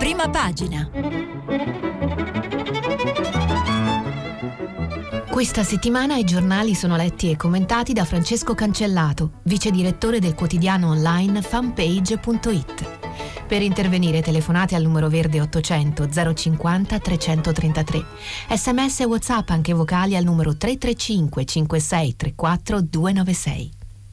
Prima pagina. Questa settimana i giornali sono letti e commentati da Francesco Cancellato, vice direttore del quotidiano online fanpage.it. Per intervenire telefonate al numero verde 800 050 333. SMS e WhatsApp anche vocali al numero 335 56 34 296.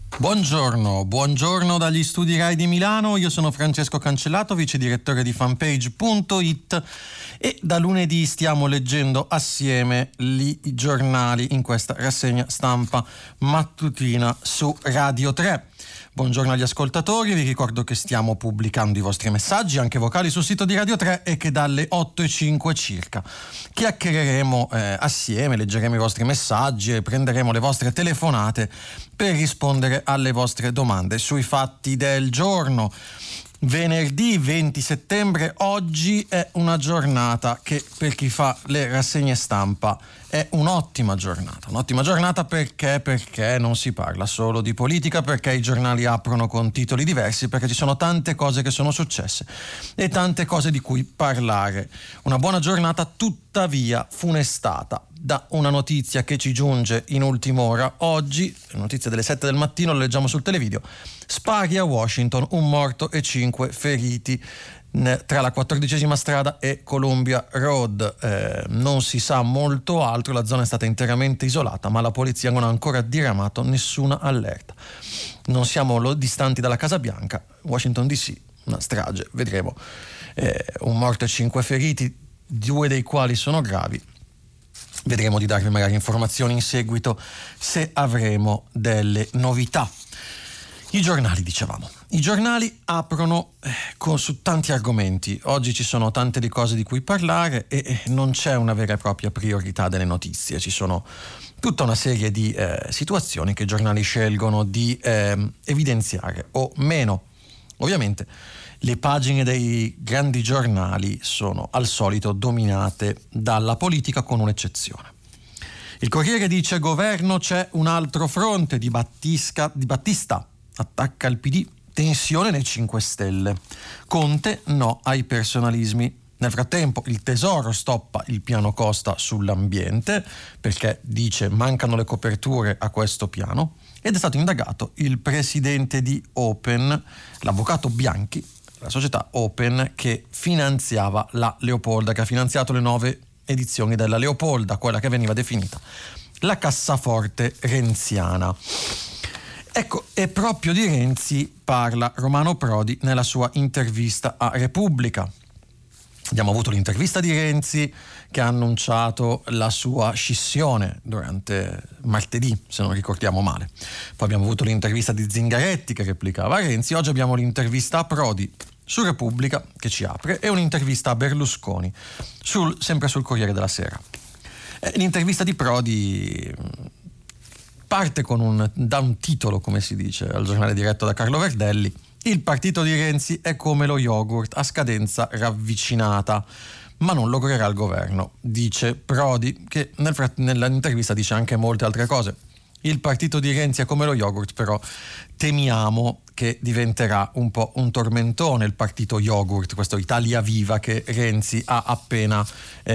Buongiorno dagli studi Rai di Milano, io sono Francesco Cancellato, vice direttore di fanpage.it e da lunedì stiamo leggendo assieme i giornali in questa rassegna stampa mattutina su Radio 3. Buongiorno agli ascoltatori, vi ricordo che stiamo pubblicando i vostri messaggi anche vocali sul sito di Radio 3 e che dalle 8:05 circa chiacchiereremo assieme, leggeremo i vostri messaggi e prenderemo le vostre telefonate per rispondere alle vostre domande sui fatti del giorno. Venerdì 20 settembre, oggi è una giornata che per chi fa le rassegne stampa è un'ottima giornata perché non si parla solo di politica, perché i giornali aprono con titoli diversi, perché ci sono tante cose che sono successe e tante cose di cui parlare. Una buona giornata tuttavia funestata da una notizia che ci giunge in ultima ora. Oggi, notizia delle 7 del mattino, lo leggiamo sul televideo: spari a Washington, un morto e 5 feriti tra la 14ª strada e Columbia Road. Non si sa molto altro, la zona è stata interamente isolata, ma la polizia non ha ancora diramato nessuna allerta. Non siamo distanti dalla Casa Bianca, Washington DC, una strage, vedremo. Un morto e 5 feriti, 2 dei quali sono gravi. Vedremo di darvi magari informazioni in seguito se avremo delle novità. I giornali aprono su tanti argomenti. Oggi ci sono tante di cose di cui parlare e non c'è una vera e propria priorità delle notizie. Ci sono tutta una serie di situazioni che i giornali scelgono di evidenziare o meno. Ovviamente le pagine dei grandi giornali sono al solito dominate dalla politica, con un'eccezione. Il Corriere dice: governo, c'è un altro fronte. Di Battista attacca il PD, tensione nei 5 Stelle. Conte no ai personalismi. Nel frattempo il Tesoro stoppa il piano Costa sull'ambiente perché dice mancano le coperture a questo piano, ed è stato indagato il presidente di Open, l'avvocato Bianchi, la società Open che finanziava la Leopolda, che ha finanziato le 9 edizioni della Leopolda, quella che veniva definita la cassaforte renziana. Ecco, e proprio di Renzi parla Romano Prodi nella sua intervista a Repubblica. Abbiamo avuto l'intervista di Renzi che ha annunciato la sua scissione durante martedì, se non ricordiamo male. Poi abbiamo avuto l'intervista di Zingaretti che replicava a Renzi. Oggi abbiamo l'intervista a Prodi su Repubblica che ci apre e un'intervista a Berlusconi sempre sul Corriere della Sera. L'intervista di Prodi parte da un titolo, come si dice al giornale diretto da Carlo Verdelli: il partito di Renzi è come lo yogurt a scadenza ravvicinata, ma non logorerà il governo. Dice Prodi, che nell'intervista dice anche molte altre cose. Il partito di Renzi è come lo yogurt, però temiamo che diventerà un po' un tormentone il partito yogurt, questo Italia Viva che Renzi ha appena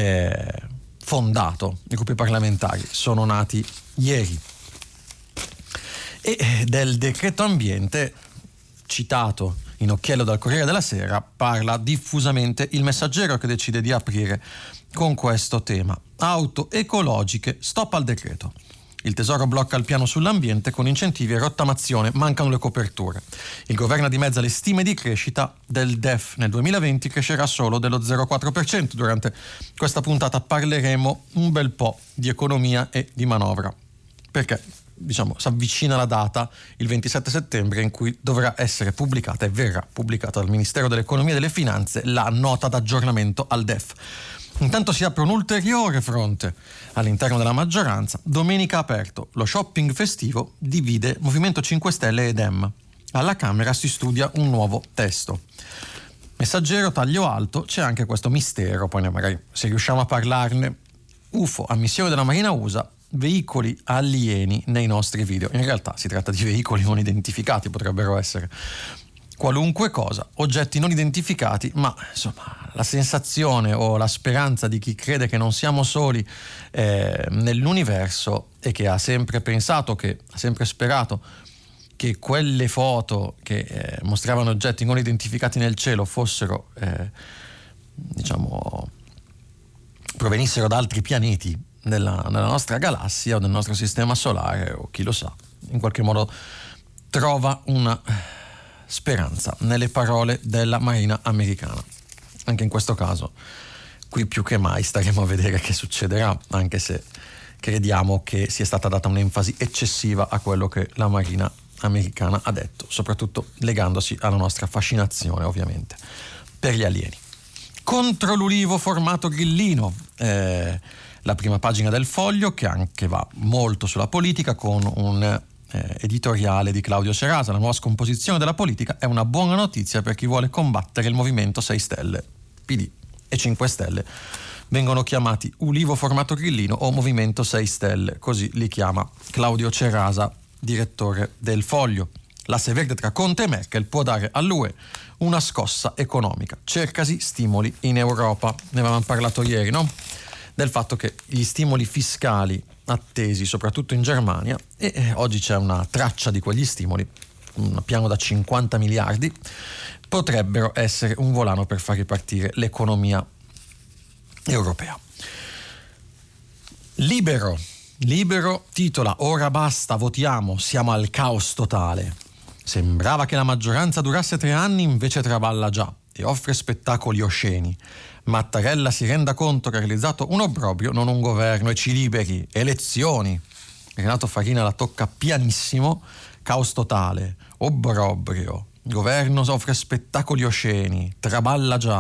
fondato. I gruppi parlamentari sono nati ieri. E del decreto ambiente, citato in occhiello dal Corriere della Sera, parla diffusamente Il Messaggero, che decide di aprire con questo tema: auto ecologiche, stop al decreto. Il Tesoro blocca il piano sull'ambiente con incentivi e rottamazione, mancano le coperture. Il governo dimezza le stime di crescita del DEF. Nel 2020 crescerà solo dello 0,4%. Durante questa puntata parleremo un bel po' di economia e di manovra, perché si avvicina la data, il 27 settembre, in cui dovrà essere pubblicata e verrà pubblicata dal Ministero dell'Economia e delle Finanze la nota d'aggiornamento al DEF. Intanto si apre un ulteriore fronte all'interno della maggioranza. Domenica aperto lo shopping festivo divide Movimento 5 Stelle e Dem. Alla Camera si studia un nuovo testo. Messaggero, taglio alto, c'è anche questo mistero, poi magari se riusciamo a parlarne. UFO, ammissione della Marina USA, veicoli alieni nei nostri video. In realtà si tratta di veicoli non identificati, potrebbero essere qualunque cosa, oggetti non identificati, ma insomma la sensazione o la speranza di chi crede che non siamo soli nell'universo e che ha sempre pensato, che ha sempre sperato che quelle foto che mostravano oggetti non identificati nel cielo fossero provenissero da altri pianeti nella nostra galassia o del nostro sistema solare, o chi lo sa, in qualche modo trova una speranza nelle parole della Marina americana. Anche in questo caso, qui più che mai staremo a vedere che succederà, anche se crediamo che sia stata data un'enfasi eccessiva a quello che la Marina americana ha detto, soprattutto legandosi alla nostra fascinazione, ovviamente, per gli alieni. Contro l'ulivo formato grillino, la prima pagina del Foglio, che anche va molto sulla politica, con un editoriale di Claudio Cerasa. La nuova scomposizione della politica è una buona notizia per chi vuole combattere il Movimento 6 Stelle. PD e 5 Stelle vengono chiamati ulivo formato grillino o Movimento 6 Stelle, così li chiama Claudio Cerasa, direttore del Foglio. L'asse verde tra Conte e Merkel può dare all'UE una scossa economica. Cercasi stimoli in Europa. Ne avevamo parlato ieri, no? Del fatto che gli stimoli fiscali attesi soprattutto in Germania, e oggi c'è una traccia di quegli stimoli, un piano da 50 miliardi, potrebbero essere un volano per far ripartire l'economia europea. Libero titola: ora basta, votiamo, siamo al caos totale. Sembrava che la maggioranza durasse 3 anni, invece traballa già e offre spettacoli osceni. Mattarella si renda conto che ha realizzato un obbrobrio, non un governo, e ci liberi. Elezioni. Renato Farina la tocca pianissimo. Caos totale, obbrobrio, governo offre spettacoli osceni, traballa già.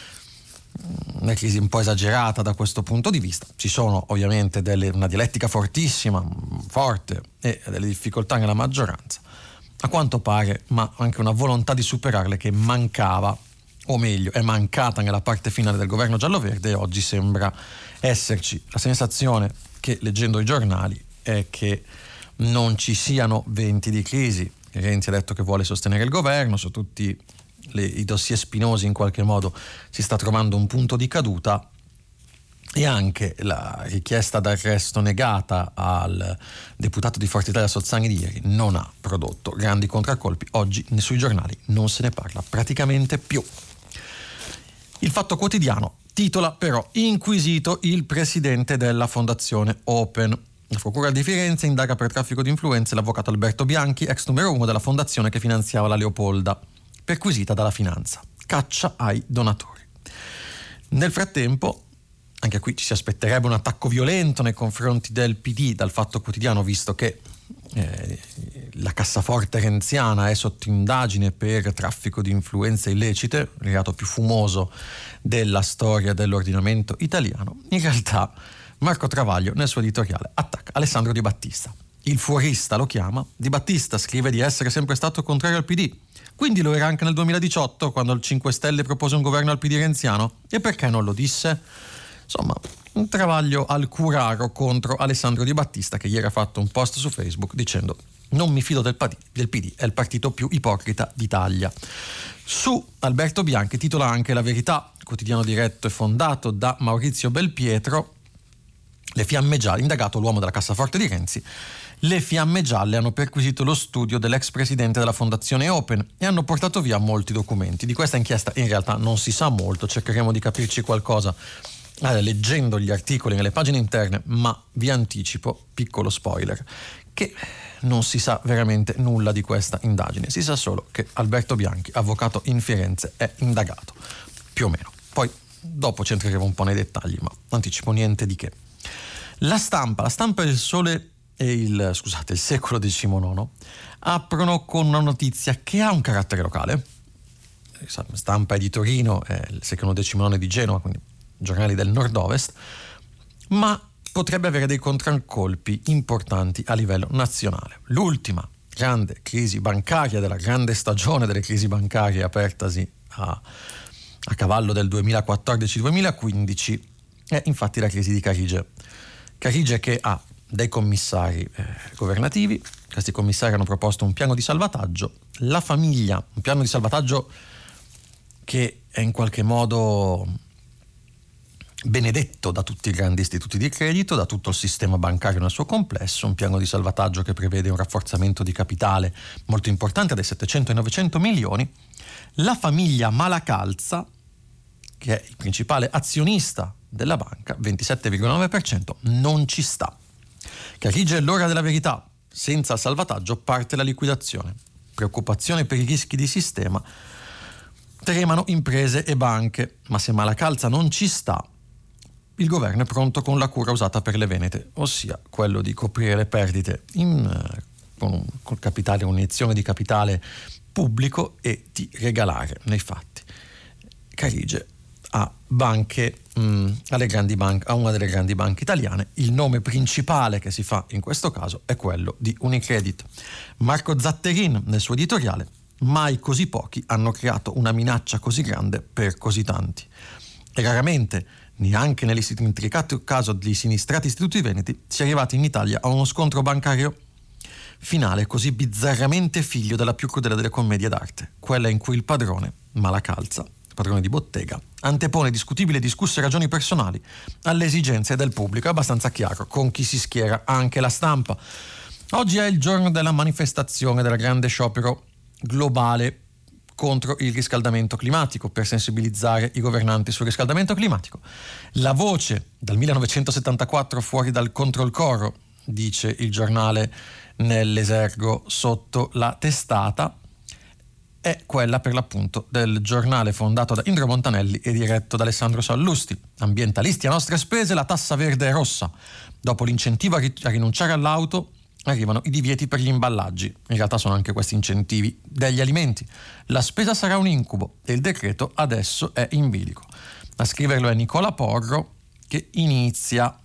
Una crisi un po' esagerata da questo punto di vista. Ci sono ovviamente una dialettica fortissima, forte, e delle difficoltà nella maggioranza, a quanto pare, ma anche una volontà di superarle che mancava, o meglio è mancata nella parte finale del governo giallo-verde, e oggi sembra esserci. La sensazione che, leggendo i giornali, è che non ci siano venti di crisi. Renzi ha detto che vuole sostenere il governo, su tutti i dossier spinosi in qualche modo si sta trovando un punto di caduta, e anche la richiesta d'arresto negata al deputato di Forza Italia Sozzani di ieri non ha prodotto grandi contraccolpi. Oggi sui giornali non se ne parla praticamente più. Il Fatto Quotidiano titola però: inquisito il presidente della Fondazione Open. La Procura di Firenze indaga per traffico di influenze l'avvocato Alberto Bianchi, ex numero 1 della fondazione che finanziava la Leopolda, perquisita dalla finanza. Caccia ai donatori. Nel frattempo, anche qui ci si aspetterebbe un attacco violento nei confronti del PD dal Fatto Quotidiano, visto che la cassaforte renziana è sotto indagine per traffico di influenze illecite, il reato più fumoso della storia dell'ordinamento italiano. In realtà Marco Travaglio nel suo editoriale attacca Alessandro Di Battista. Il fuorista lo chiama. Di Battista scrive di essere sempre stato contrario al PD. Quindi lo era anche nel 2018, quando il 5 Stelle propose un governo al PD renziano. E perché non lo disse? Insomma, un Travaglio al curaro contro Alessandro Di Battista, che ieri ha fatto un post su Facebook dicendo: non mi fido del PD, è il partito più ipocrita d'Italia. Su Alberto Bianchi titola anche La Verità, quotidiano diretto e fondato da Maurizio Belpietro. Le fiamme gialle, indagato l'uomo della cassaforte di Renzi, le fiamme gialle hanno perquisito lo studio dell'ex presidente della Fondazione Open e hanno portato via molti documenti. Di questa inchiesta in realtà non si sa molto, cercheremo di capirci qualcosa leggendo gli articoli nelle pagine interne, ma vi anticipo, piccolo spoiler, che non si sa veramente nulla di questa indagine. Si sa solo che Alberto Bianchi, avvocato in Firenze, è indagato, più o meno. Poi dopo ci entreremo un po' nei dettagli, ma anticipo niente di che. La stampa e il Sole e il Secolo XIX aprono con una notizia che ha un carattere locale. Stampa è di Torino, il Secolo XIX è di Genova, quindi giornali del nord-ovest, ma potrebbe avere dei contraccolpi importanti a livello nazionale. L'ultima grande crisi bancaria della grande stagione delle crisi bancarie apertasi a cavallo del 2014-2015 è infatti la crisi di Carige. Carige che ha dei commissari governativi. Questi commissari hanno proposto un piano di salvataggio La famiglia, un piano di salvataggio che è in qualche modo benedetto da tutti i grandi istituti di credito, da tutto il sistema bancario nel suo complesso, un piano di salvataggio che prevede un rafforzamento di capitale molto importante dai 700 ai 900 milioni. La famiglia Malacalza, che è il principale azionista della banca, 27,9%, non ci sta. Carige è l'ora della verità, senza il salvataggio parte la liquidazione. Preoccupazione per i rischi di sistema, tremano imprese e banche, ma se Malacalza non ci sta, il governo è pronto con la cura usata per le Venete, ossia quello di coprire le perdite con capitale, un'iniezione di capitale pubblico e di regalare nei fatti Carige a banche, alle grandi banche, a una delle grandi banche italiane. Il nome principale che si fa in questo caso è quello di Unicredit. Marco Zatterin nel suo editoriale: mai così pochi hanno creato una minaccia così grande per così tanti. E raramente, neanche nell'intricato caso di sinistrati istituti veneti, si è arrivati in Italia a uno scontro bancario finale così bizzarramente figlio della più crudele delle commedie d'arte, quella in cui il padrone, Malacalza, padrone di bottega, antepone discutibili e discusse ragioni personali alle esigenze del pubblico. È abbastanza chiaro con chi si schiera anche la stampa. Oggi è il giorno della manifestazione del grande sciopero globale contro il riscaldamento climatico, per sensibilizzare i governanti sul riscaldamento climatico. La voce dal 1974 fuori dal controlcoro, dice il giornale nell'esergo sotto la testata, è quella per l'appunto del giornale fondato da Indro Montanelli e diretto da Alessandro Sallusti. Ambientalisti a nostre spese, la tassa verde e rossa. Dopo l'incentivo a rinunciare all'auto arrivano i divieti per gli imballaggi. In realtà sono anche questi incentivi degli alimenti. La spesa sarà un incubo e il decreto adesso è in bilico. A scriverlo è Nicola Porro, che inizia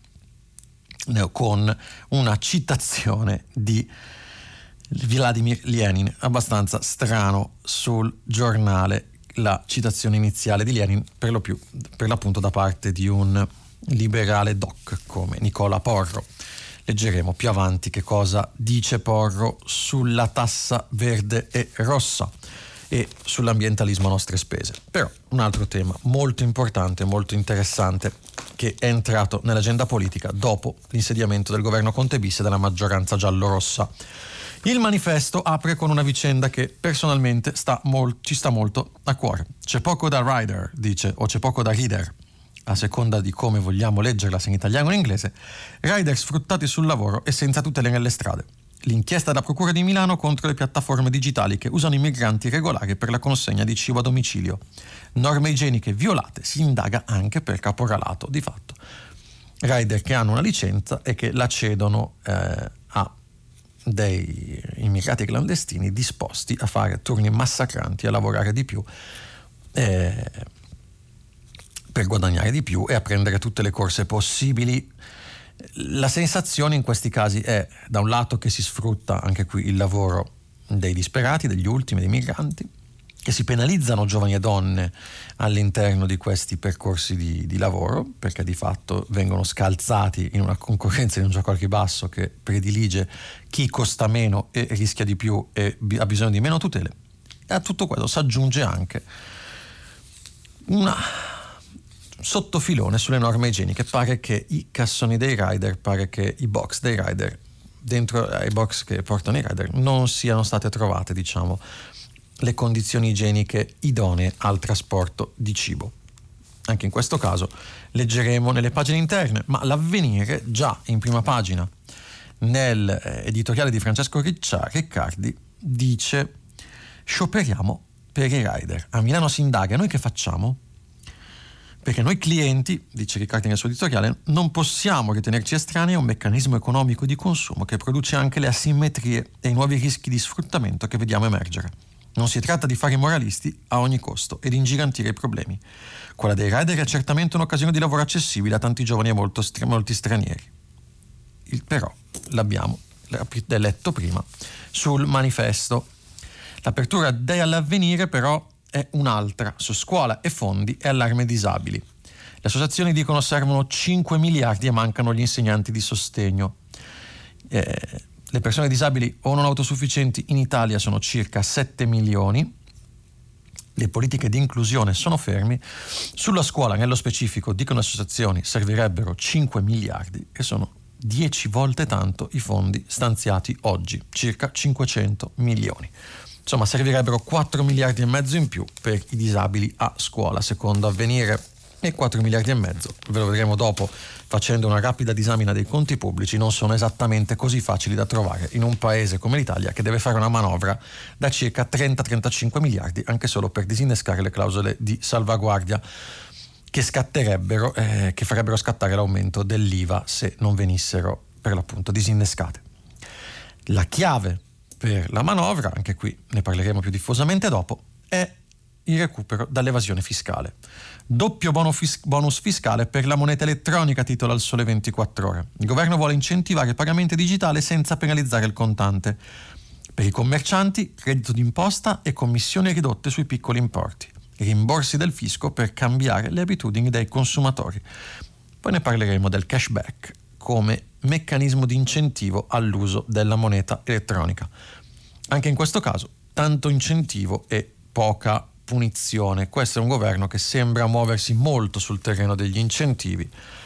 con una citazione di Vladimir Lenin, abbastanza strano sul giornale, la citazione iniziale di Lenin, per l'appunto da parte di un liberale doc come Nicola Porro. Leggeremo più avanti che cosa dice Porro sulla tassa verde e rossa e sull'ambientalismo a nostre spese. Però un altro tema molto importante, molto interessante, che è entrato nell'agenda politica dopo l'insediamento del governo Conte bis e della maggioranza giallorossa. Il Manifesto apre con una vicenda che personalmente ci sta molto a cuore. C'è poco da rider, dice, o c'è poco da reader, a seconda di come vogliamo leggerla, se in italiano o in inglese. Rider sfruttati sul lavoro e senza tutele nelle strade. L'inchiesta della Procura di Milano contro le piattaforme digitali che usano i migranti irregolari per la consegna di cibo a domicilio. Norme igieniche violate, si indaga anche per caporalato di fatto. Rider che hanno una licenza e che la cedono a dei immigrati clandestini disposti a fare turni massacranti, a lavorare di più per guadagnare di più e a prendere tutte le corse possibili. La sensazione in questi casi è, da un lato, che si sfrutta anche qui il lavoro dei disperati, degli ultimi, dei migranti, che si penalizzano giovani e donne all'interno di questi percorsi di lavoro, perché di fatto vengono scalzati in una concorrenza, in un gioco al ribasso che predilige chi costa meno e rischia di più e ha bisogno di meno tutele. E a tutto questo si aggiunge anche una sottofilone sulle norme igieniche. Pare che i cassoni dei rider, pare che i box dei rider, dentro ai box che portano i rider, non siano state trovate, diciamo, le condizioni igieniche idonee al trasporto di cibo. Anche in questo caso leggeremo nelle pagine interne, ma l'Avvenire già in prima pagina nell'editoriale di Francesco Riccardi dice: scioperiamo per i rider. A Milano si indaga, noi che facciamo? Perché noi clienti, dice Riccardi nel suo editoriale, non possiamo ritenerci estranei a un meccanismo economico di consumo che produce anche le asimmetrie e i nuovi rischi di sfruttamento che vediamo emergere. Non si tratta di fare i moralisti a ogni costo e di ingigantire i problemi. Quella dei rider è certamente un'occasione di lavoro accessibile a tanti giovani e molti stranieri. Però l'abbiamo letto prima sul Manifesto. L'apertura dell'Avvenire però è un'altra, su scuola e fondi e allarme disabili. Le associazioni dicono servono 5 miliardi e mancano gli insegnanti di sostegno. Le persone disabili o non autosufficienti in Italia sono circa 7 milioni. Le politiche di inclusione sono fermi. Sulla scuola, nello specifico, dicono associazioni, servirebbero 5 miliardi, che sono 10 volte tanto i fondi stanziati oggi, circa 500 milioni. Insomma, servirebbero 4 miliardi e mezzo in più per i disabili a scuola, secondo Avvenire. E 4 miliardi e mezzo, ve lo vedremo dopo facendo una rapida disamina dei conti pubblici, non sono esattamente così facili da trovare in un paese come l'Italia, che deve fare una manovra da circa 30-35 miliardi anche solo per disinnescare le clausole di salvaguardia che scatterebbero, che farebbero scattare l'aumento dell'IVA se non venissero per l'appunto disinnescate. La chiave per la manovra, anche qui ne parleremo più diffusamente dopo, è il recupero dall'evasione fiscale. Doppio bonus fiscale per la moneta elettronica, titola Il Sole 24 Ore. Il governo vuole incentivare il pagamento digitale senza penalizzare il contante. Per i commercianti, reddito d'imposta e commissioni ridotte sui piccoli importi. Rimborsi del fisco per cambiare le abitudini dei consumatori. Poi ne parleremo del cashback come meccanismo di incentivo all'uso della moneta elettronica. Anche in questo caso, tanto incentivo e poca punizione. Questo è un governo che sembra muoversi molto sul terreno degli incentivi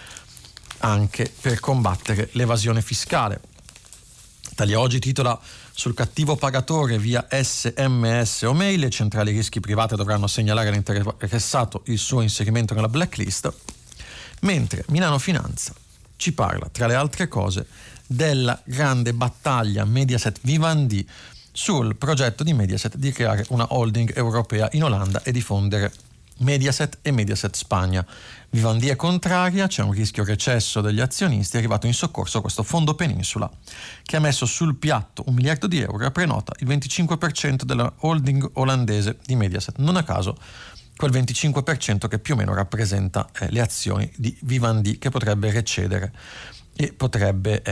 anche per combattere l'evasione fiscale. Italia Oggi titola: sul cattivo pagatore via SMS o mail, le centrali rischi private dovranno segnalare all'interessato il suo inserimento nella blacklist, mentre Milano Finanza ci parla, tra le altre cose, della grande battaglia Mediaset-Vivendi sul progetto di Mediaset di creare una holding europea in Olanda e diffondere Mediaset e Mediaset Spagna. Vivendi è contraria, c'è un rischio recesso degli azionisti, è arrivato in soccorso questo fondo Peninsula che ha messo sul piatto 1 miliardo di euro e prenota il 25% della holding olandese di Mediaset. Non a caso quel 25% che più o meno rappresenta le azioni di Vivendi, che potrebbe recedere e potrebbe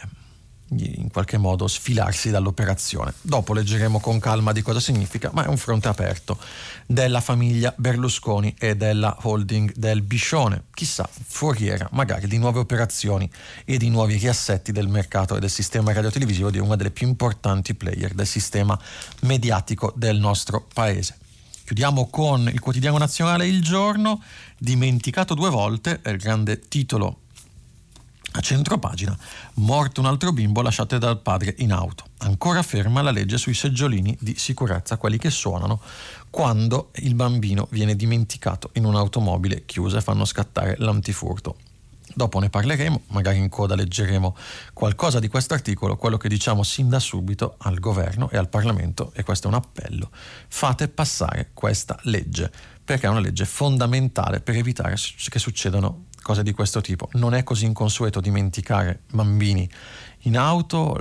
in qualche modo sfilarsi dall'operazione. Dopo leggeremo con calma di cosa significa, ma è un fronte aperto della famiglia Berlusconi e della holding del Biscione, chissà, foriera magari di nuove operazioni e di nuovi riassetti del mercato e del sistema radiotelevisivo di una delle più importanti player del sistema mediatico del nostro paese. Chiudiamo con il quotidiano nazionale Il Giorno, dimenticato 2 volte, è il grande titolo a centropagina: morto un altro bimbo lasciato dal padre in auto. Ancora ferma la legge sui seggiolini di sicurezza, quelli che suonano quando il bambino viene dimenticato in un'automobile chiusa e fanno scattare l'antifurto. Dopo ne parleremo, magari in coda leggeremo qualcosa di questo articolo. Quello che diciamo sin da subito al governo e al Parlamento, e questo è un appello: fate passare questa legge, perché è una legge fondamentale per evitare che succedano cose di questo tipo. Non è così inconsueto dimenticare bambini in auto,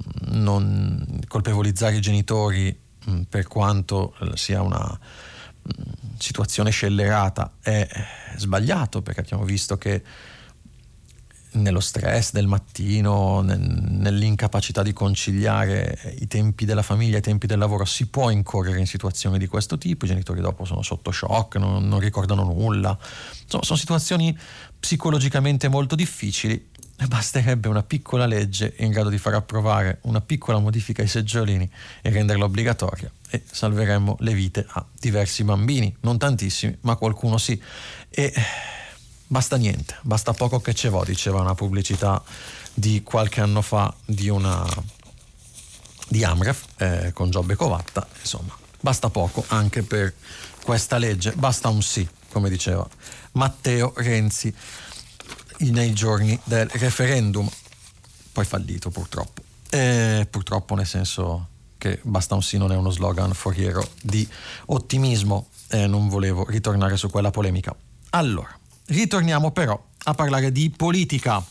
non colpevolizzare i genitori per quanto sia una situazione scellerata è sbagliato, perché abbiamo visto che nello stress del mattino, nell'incapacità di conciliare i tempi della famiglia e i tempi del lavoro, si può incorrere in situazioni di questo tipo. I genitori dopo sono sotto shock, non ricordano nulla. Insomma, sono situazioni psicologicamente molto difficili e basterebbe una piccola legge in grado di far approvare una piccola modifica ai seggiolini e renderla obbligatoria, e salveremmo le vite a diversi bambini, non tantissimi, ma qualcuno sì. E basta niente, basta poco che ce vo', diceva una pubblicità di qualche anno fa di Amref con Giobbe Covatta. Insomma, basta poco anche per questa legge, basta un sì, come diceva Matteo Renzi nei giorni del referendum, poi fallito purtroppo. Purtroppo nel senso che basta un sì non è uno slogan foriero di ottimismo. Non volevo ritornare su quella polemica. Allora, ritorniamo però a parlare di politica.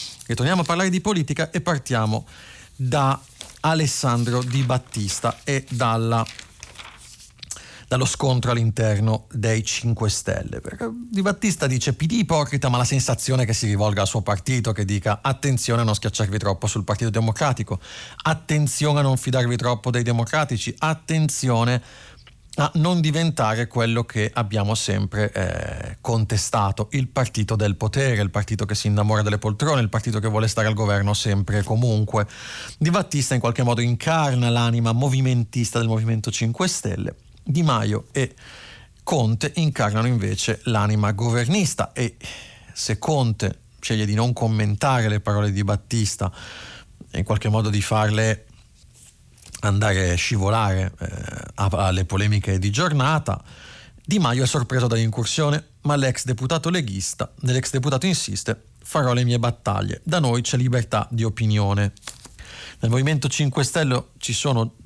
E partiamo da Alessandro Di Battista e dallo scontro all'interno dei 5 Stelle. Perché Di Battista dice: PD ipocrita, ma la sensazione che si rivolga al suo partito, che dica attenzione a non schiacciarvi troppo sul Partito Democratico, attenzione a non fidarvi troppo dei democratici, attenzione a non diventare quello che abbiamo sempre contestato, il partito del potere, il partito che si innamora delle poltrone, il partito che vuole stare al governo sempre e comunque. Di Battista in qualche modo incarna l'anima movimentista del Movimento 5 Stelle, Di Maio e Conte incarnano invece l'anima governista, e se Conte sceglie di non commentare le parole di Battista e in qualche modo di farle andare scivolare alle polemiche di giornata, Di Maio è sorpreso dall'incursione, ma l'ex deputato leghista, l'ex deputato insiste: farò le mie battaglie, da noi c'è libertà di opinione. Nel Movimento 5 Stelle ci sono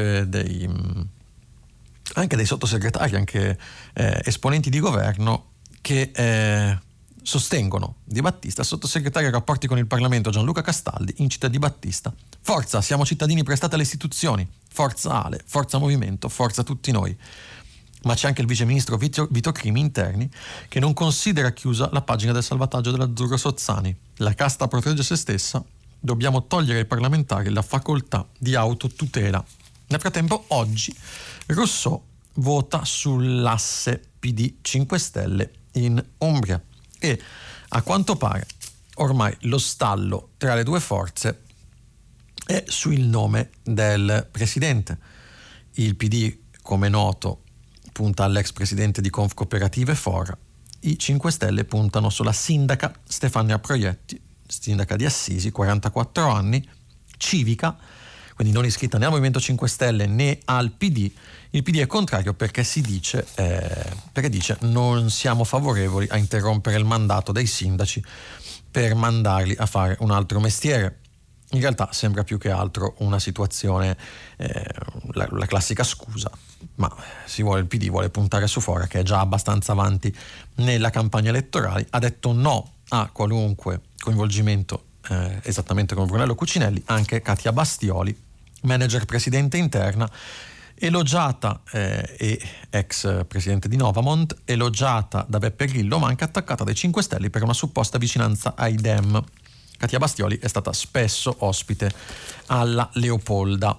anche dei sottosegretari, anche esponenti di governo che sostengono Di Battista. Sottosegretario ai rapporti con il Parlamento Gianluca Castaldi incita Di Battista: forza, siamo cittadini prestati alle istituzioni, forza Ale, forza Movimento, forza tutti noi. Ma c'è anche il viceministro Vito Crimi Interni che non considera chiusa la pagina del salvataggio dell'Azzurro Sozzani. La casta protegge se stessa, dobbiamo togliere ai parlamentari la facoltà di autotutela. Nel frattempo oggi Rousseau vota sull'asse PD 5 Stelle in Umbria e a quanto pare ormai lo stallo tra le due forze è sul nome del presidente. Il PD, come noto, punta all'ex presidente di Confcooperative Fora, i 5 Stelle puntano sulla sindaca Stefania Proietti, sindaca di Assisi, 44 anni, civica, quindi non iscritta né al Movimento 5 Stelle né al PD. Il PD è contrario perché dice non siamo favorevoli a interrompere il mandato dei sindaci per mandarli a fare un altro mestiere. In realtà sembra più che altro una situazione, la classica scusa, ma il PD vuole puntare su Fora, che è già abbastanza avanti nella campagna elettorale. Ha detto no a qualunque coinvolgimento, esattamente come Brunello Cucinelli, anche Katia Bastioli, manager presidente interna, elogiata e ex presidente di Novamont, elogiata da Beppe Grillo, ma anche attaccata dai 5 Stelle per una supposta vicinanza ai Dem. Katia Bastioli è stata spesso ospite alla Leopolda.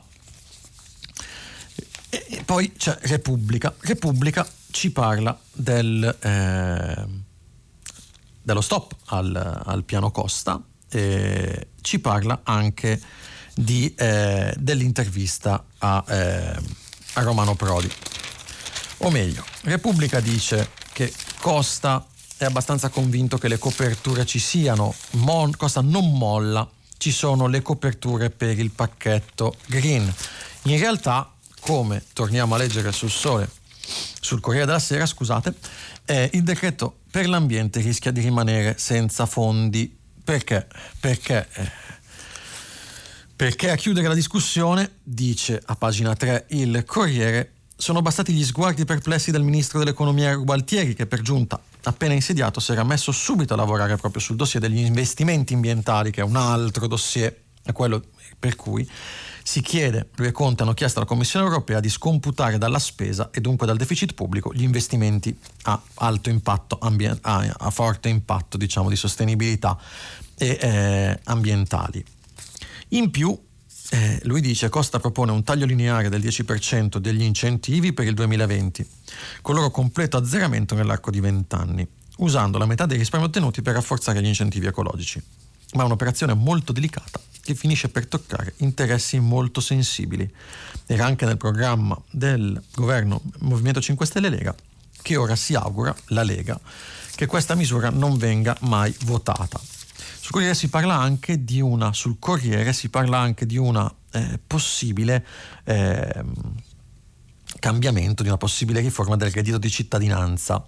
E poi c'è Repubblica. Repubblica ci parla dello stop al piano Costa, e ci parla anche dell'intervista a Romano Prodi. O meglio, Repubblica dice che Costa è abbastanza convinto che le coperture ci siano, Costa non molla, ci sono le coperture per il pacchetto green. In realtà, come torniamo a leggere sul Corriere della Sera, il decreto per l'ambiente rischia di rimanere senza fondi. Perché? Perché a chiudere la discussione, dice a pagina 3 il Corriere, sono bastati gli sguardi perplessi del ministro dell'economia Gualtieri, che per giunta, appena insediato, si era messo subito a lavorare proprio sul dossier degli investimenti ambientali, che è un altro dossier, è quello per cui si chiede, lui e Conte hanno chiesto alla Commissione europea di scomputare dalla spesa e dunque dal deficit pubblico gli investimenti a alto impatto, a forte impatto, diciamo, di sostenibilità e ambientali. In più, lui dice, Costa propone un taglio lineare del 10% degli incentivi per il 2020, con loro completo azzeramento nell'arco di 20 anni, usando la metà dei risparmi ottenuti per rafforzare gli incentivi ecologici. Ma è un'operazione molto delicata che finisce per toccare interessi molto sensibili. Era anche nel programma del governo Movimento 5 Stelle Lega, che ora si augura, la Lega, che questa misura non venga mai votata. Sul Corriere si parla anche di una possibile cambiamento, di una possibile riforma del reddito di cittadinanza.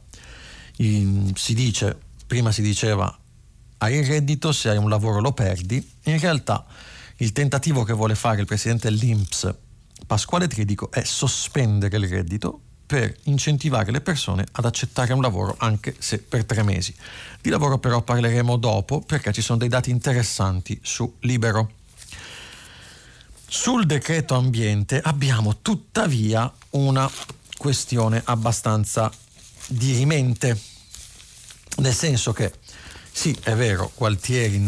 Prima si diceva hai il reddito, se hai un lavoro lo perdi. In realtà il tentativo che vuole fare il presidente dell'INPS Pasquale Tridico è sospendere il reddito per incentivare le persone ad accettare un lavoro anche se per 3 mesi. Di lavoro però parleremo dopo, perché ci sono dei dati interessanti su Libero. Sul decreto ambiente abbiamo tuttavia una questione abbastanza dirimente, nel senso che sì, è vero, Gualtieri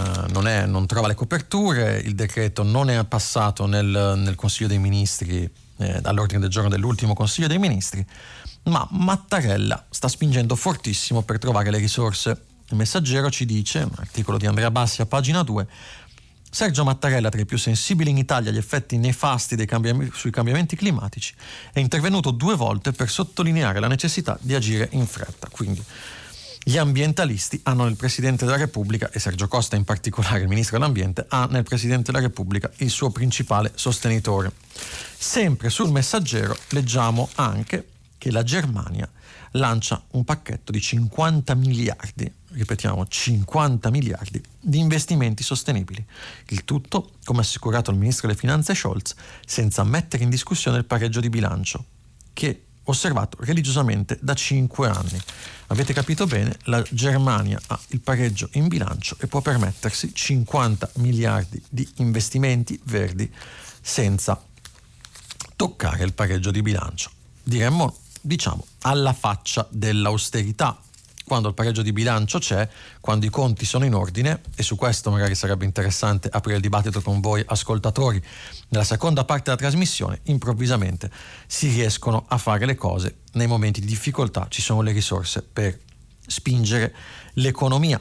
non trova le coperture, il decreto non è passato nel Consiglio dei Ministri all'ordine del giorno dell'ultimo Consiglio dei Ministri, ma Mattarella sta spingendo fortissimo per trovare le risorse. Il Messaggero ci dice, un articolo di Andrea Bassi a pagina 2, Sergio Mattarella, tra i più sensibili in Italia agli effetti nefasti sui cambiamenti climatici, è intervenuto 2 volte per sottolineare la necessità di agire in fretta. Quindi gli ambientalisti hanno nel Presidente della Repubblica, e Sergio Costa in particolare, il Ministro dell'Ambiente, ha nel Presidente della Repubblica il suo principale sostenitore. Sempre sul Messaggero leggiamo anche che la Germania lancia un pacchetto di 50 miliardi, ripetiamo 50 miliardi, di investimenti sostenibili. Il tutto, come ha assicurato il Ministro delle Finanze Scholz, senza mettere in discussione il pareggio di bilancio, che è osservato religiosamente da 5 anni. Avete capito bene, la Germania ha il pareggio in bilancio e può permettersi 50 miliardi di investimenti verdi senza toccare il pareggio di bilancio. Diciamo, alla faccia dell'austerità, quando il pareggio di bilancio c'è, quando i conti sono in ordine, e su questo magari sarebbe interessante aprire il dibattito con voi ascoltatori nella seconda parte della trasmissione. Improvvisamente si riescono a fare le cose, nei momenti di difficoltà ci sono le risorse per spingere l'economia.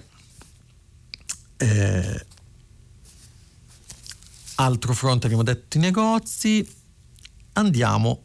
Altro fronte, abbiamo detto i negozi, andiamo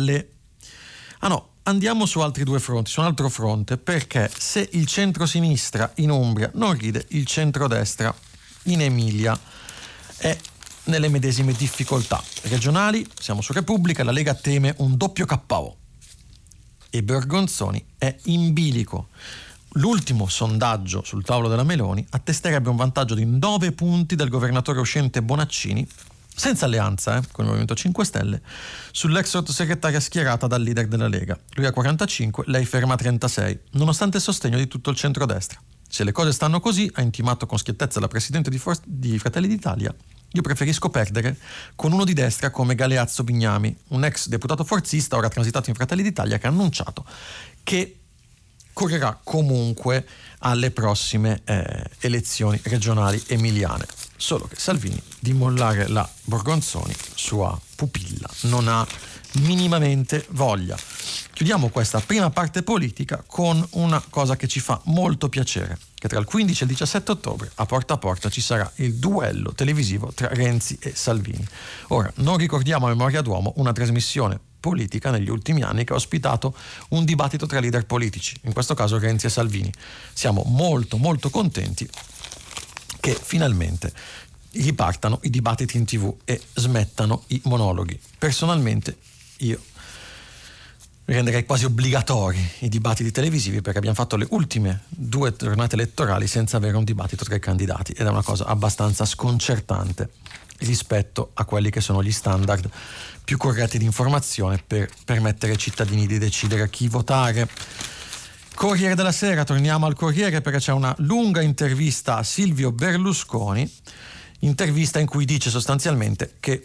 su altri 2 fronti, su un altro fronte, perché se il centrosinistra in Umbria non ride, il centrodestra in Emilia è nelle medesime difficoltà regionali. Siamo su Repubblica, la Lega teme un doppio KO e Bergonzoni è in bilico. L'ultimo sondaggio sul tavolo della Meloni attesterebbe un vantaggio di 9 punti del governatore uscente Bonaccini, senza alleanza con il Movimento 5 Stelle, sull'ex sottosegretaria schierata dal leader della Lega. Lui ha 45, lei ferma a 36, nonostante il sostegno di tutto il centrodestra. Se le cose stanno così, ha intimato con schiettezza la presidente di Fratelli d'Italia, io preferisco perdere con uno di destra come Galeazzo Bignami, un ex deputato forzista ora transitato in Fratelli d'Italia, che ha annunciato che correrà comunque alle prossime elezioni regionali emiliane. Solo che Salvini, di mollare la Borgonzoni, sua pupilla, non ha minimamente voglia. Chiudiamo questa prima parte politica con una cosa che ci fa molto piacere, che tra il 15 e il 17 ottobre a Porta ci sarà il duello televisivo tra Renzi e Salvini. Ora, non ricordiamo a memoria d'uomo una trasmissione politica negli ultimi anni che ha ospitato un dibattito tra leader politici, in questo caso Renzi e Salvini. Siamo molto molto contenti che finalmente ripartano i dibattiti in TV e smettano i monologhi. Personalmente io renderei quasi obbligatori i dibattiti televisivi, perché abbiamo fatto le ultime 2 giornate elettorali senza avere un dibattito tra i candidati ed è una cosa abbastanza sconcertante rispetto a quelli che sono gli standard più corretti di informazione per permettere ai cittadini di decidere a chi votare. Corriere della Sera, torniamo al Corriere perché c'è una lunga intervista a Silvio Berlusconi, intervista in cui dice sostanzialmente che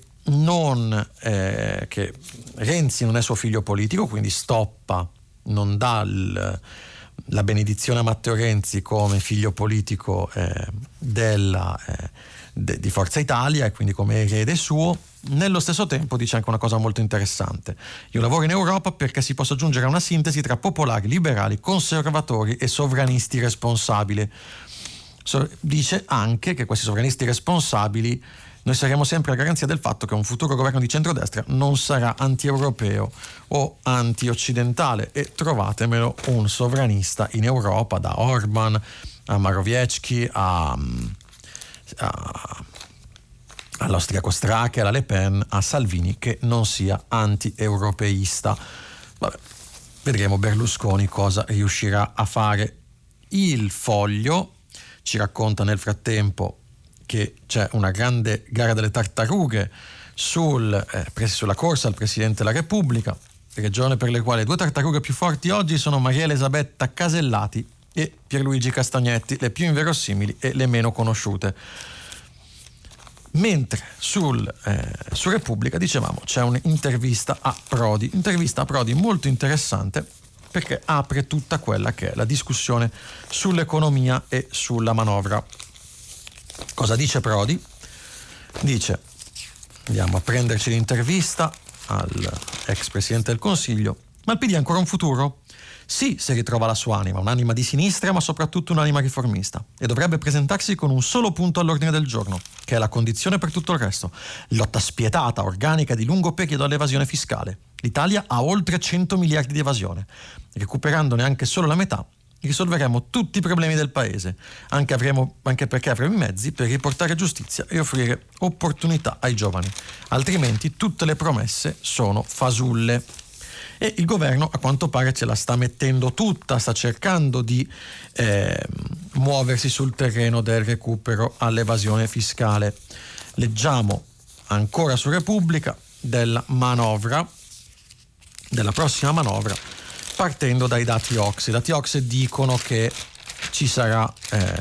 che Renzi non è suo figlio politico, quindi stoppa, non dà la benedizione a Matteo Renzi come figlio politico di Forza Italia e quindi come erede suo. Nello stesso tempo dice anche una cosa molto interessante: io lavoro in Europa perché si possa giungere a una sintesi tra popolari, liberali, conservatori e sovranisti responsabili. Dice anche che questi sovranisti responsabili noi saremo sempre a garanzia del fatto che un futuro governo di centrodestra non sarà anti-europeo o anti-occidentale, e trovatemelo un sovranista in Europa, da Orban a Morawiecki all'austriaco Strache, alla Le Pen, a Salvini, che non sia anti-europeista. Vabbè, vedremo Berlusconi cosa riuscirà a fare. Il Foglio ci racconta nel frattempo che c'è una grande gara delle tartarughe sulla corsa al Presidente della Repubblica, ragione per le quali le 2 tartarughe più forti oggi sono Maria Elisabetta Casellati e Pierluigi Castagnetti, le più inverosimili e le meno conosciute. Mentre su Repubblica, dicevamo, c'è un'intervista a Prodi molto interessante, perché apre tutta quella che è la discussione sull'economia e sulla manovra. Cosa dice Prodi? Dice, andiamo a prenderci l'intervista, all'ex Presidente del Consiglio: ma il PD ha ancora un futuro? Sì, se ritrova la sua anima, un'anima di sinistra ma soprattutto un'anima riformista, e dovrebbe presentarsi con un solo punto all'ordine del giorno, che è la condizione per tutto il resto: lotta spietata, organica, di lungo periodo all'evasione fiscale. L'Italia ha oltre 100 miliardi di evasione. Recuperandone anche solo la metà, risolveremo tutti i problemi del paese, anche perché avremo i mezzi per riportare giustizia e offrire opportunità ai giovani. Altrimenti tutte le promesse sono fasulle. E il governo, a quanto pare, ce la sta mettendo tutta, sta cercando di muoversi sul terreno del recupero all'evasione fiscale. Leggiamo ancora su Repubblica della prossima manovra, partendo dai dati OCSE. I dati OCSE dicono che ci sarà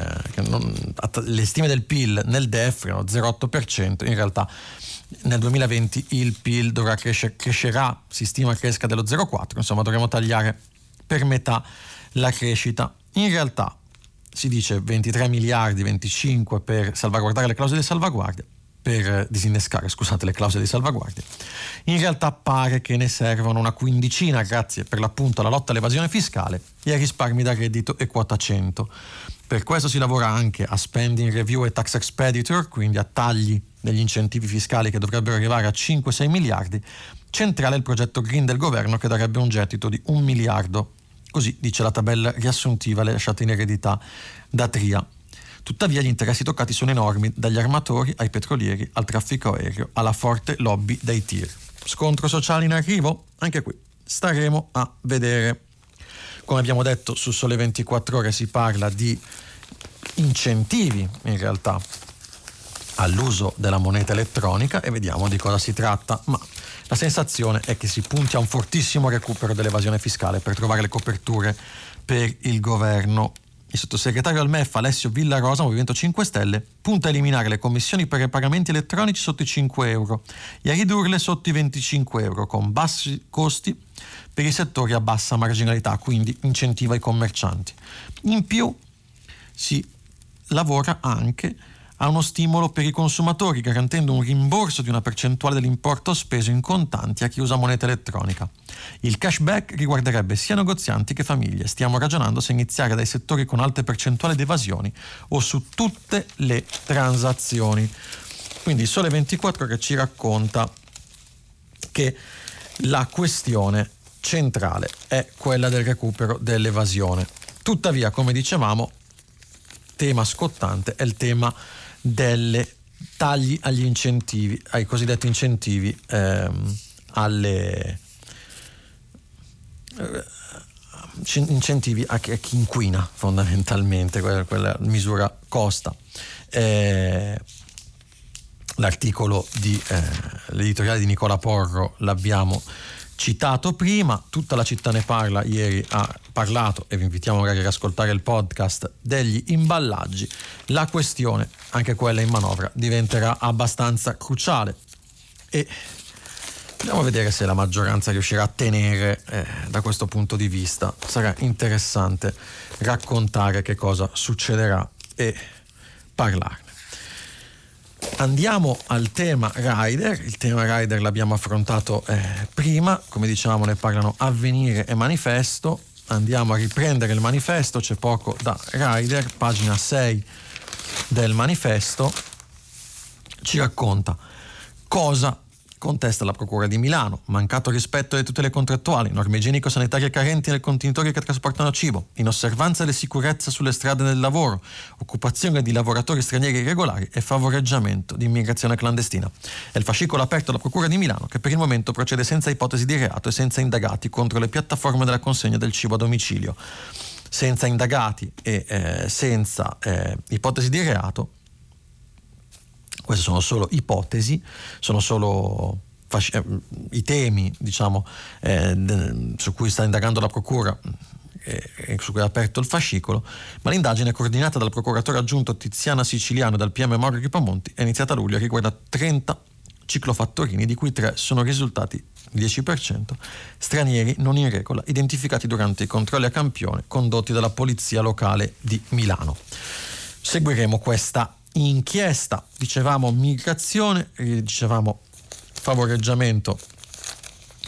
le stime del PIL nel DEF erano 0,8%, in realtà nel 2020 il PIL crescerà, si stima cresca dello 0,4%, insomma dovremo tagliare per metà la crescita. In realtà si dice 23 miliardi, 25 per salvaguardare le clausole di salvaguardia, per disinnescare, le clausole di salvaguardia. In realtà pare che ne servono una quindicina grazie per l'appunto alla lotta all'evasione fiscale e ai risparmi da reddito e quota 100. Per questo si lavora anche a spending review e tax expenditure, quindi a tagli degli incentivi fiscali che dovrebbero arrivare a 5-6 miliardi. Centrale il progetto Green del governo, che darebbe un gettito di 1 miliardo. Così dice la tabella riassuntiva lasciata in eredità da Tria. Tuttavia gli interessi toccati sono enormi, dagli armatori ai petrolieri al traffico aereo alla forte lobby dei tir. Scontro sociale in arrivo? Anche qui staremo a vedere. Come abbiamo detto, su Sole 24 Ore si parla di incentivi in realtà all'uso della moneta elettronica e vediamo di cosa si tratta, ma la sensazione è che si punti a un fortissimo recupero dell'evasione fiscale per trovare le coperture per il governo. Il sottosegretario al MEF Alessio Villarosa, Movimento 5 Stelle, punta a eliminare le commissioni per i pagamenti elettronici sotto i 5 euro e a ridurle sotto i 25 euro, con bassi costi per i settori a bassa marginalità, quindi incentiva i commercianti. In più si lavora anche a uno stimolo per i consumatori, garantendo un rimborso di una percentuale dell'importo speso in contanti a chi usa moneta elettronica. Il cashback riguarderebbe sia negozianti che famiglie. Stiamo ragionando se iniziare dai settori con alte percentuali di evasioni o su tutte le transazioni. Quindi Sole 24 che ci racconta che la questione centrale è quella del recupero dell'evasione. Tuttavia, come dicevamo, tema scottante è il tema delle tagli agli incentivi, ai cosiddetti incentivi incentivi a chi inquina, fondamentalmente quella misura costa. L'articolo l'editoriale di Nicola Porro l'abbiamo citato prima, tutta la città ne parla, ieri ha parlato, e vi invitiamo magari ad ascoltare il podcast, degli imballaggi. La questione, anche quella in manovra, diventerà abbastanza cruciale e andiamo a vedere se la maggioranza riuscirà a tenere da questo punto di vista. Sarà interessante raccontare che cosa succederà e parlarne. Andiamo al tema Rider. Il tema Rider l'abbiamo affrontato prima, come dicevamo ne parlano Avvenire e Manifesto. Andiamo a riprendere il Manifesto, c'è poco da Rider, pagina 6 del Manifesto ci racconta cosa contesta la Procura di Milano: mancato rispetto delle tutele contrattuali, norme igienico-sanitarie carenti nel contenitori che trasportano cibo, inosservanza delle sicurezze sulle strade del lavoro, occupazione di lavoratori stranieri irregolari e favoreggiamento di immigrazione clandestina. È il fascicolo aperto alla Procura di Milano, che per il momento procede senza ipotesi di reato e senza indagati contro le piattaforme della consegna del cibo a domicilio. Senza indagati e senza ipotesi di reato. Queste sono solo ipotesi, sono solo i temi, diciamo, su cui sta indagando la Procura e su cui ha aperto il fascicolo, ma l'indagine coordinata dal procuratore aggiunto Tiziana Siciliano e dal PM Mauro Ripamonti è iniziata a luglio e riguarda 30 ciclofattorini, di cui 3 sono risultati 10% stranieri non in regola, identificati durante i controlli a campione condotti dalla polizia locale di Milano. Seguiremo questa inchiesta. Dicevamo migrazione, dicevamo favoreggiamento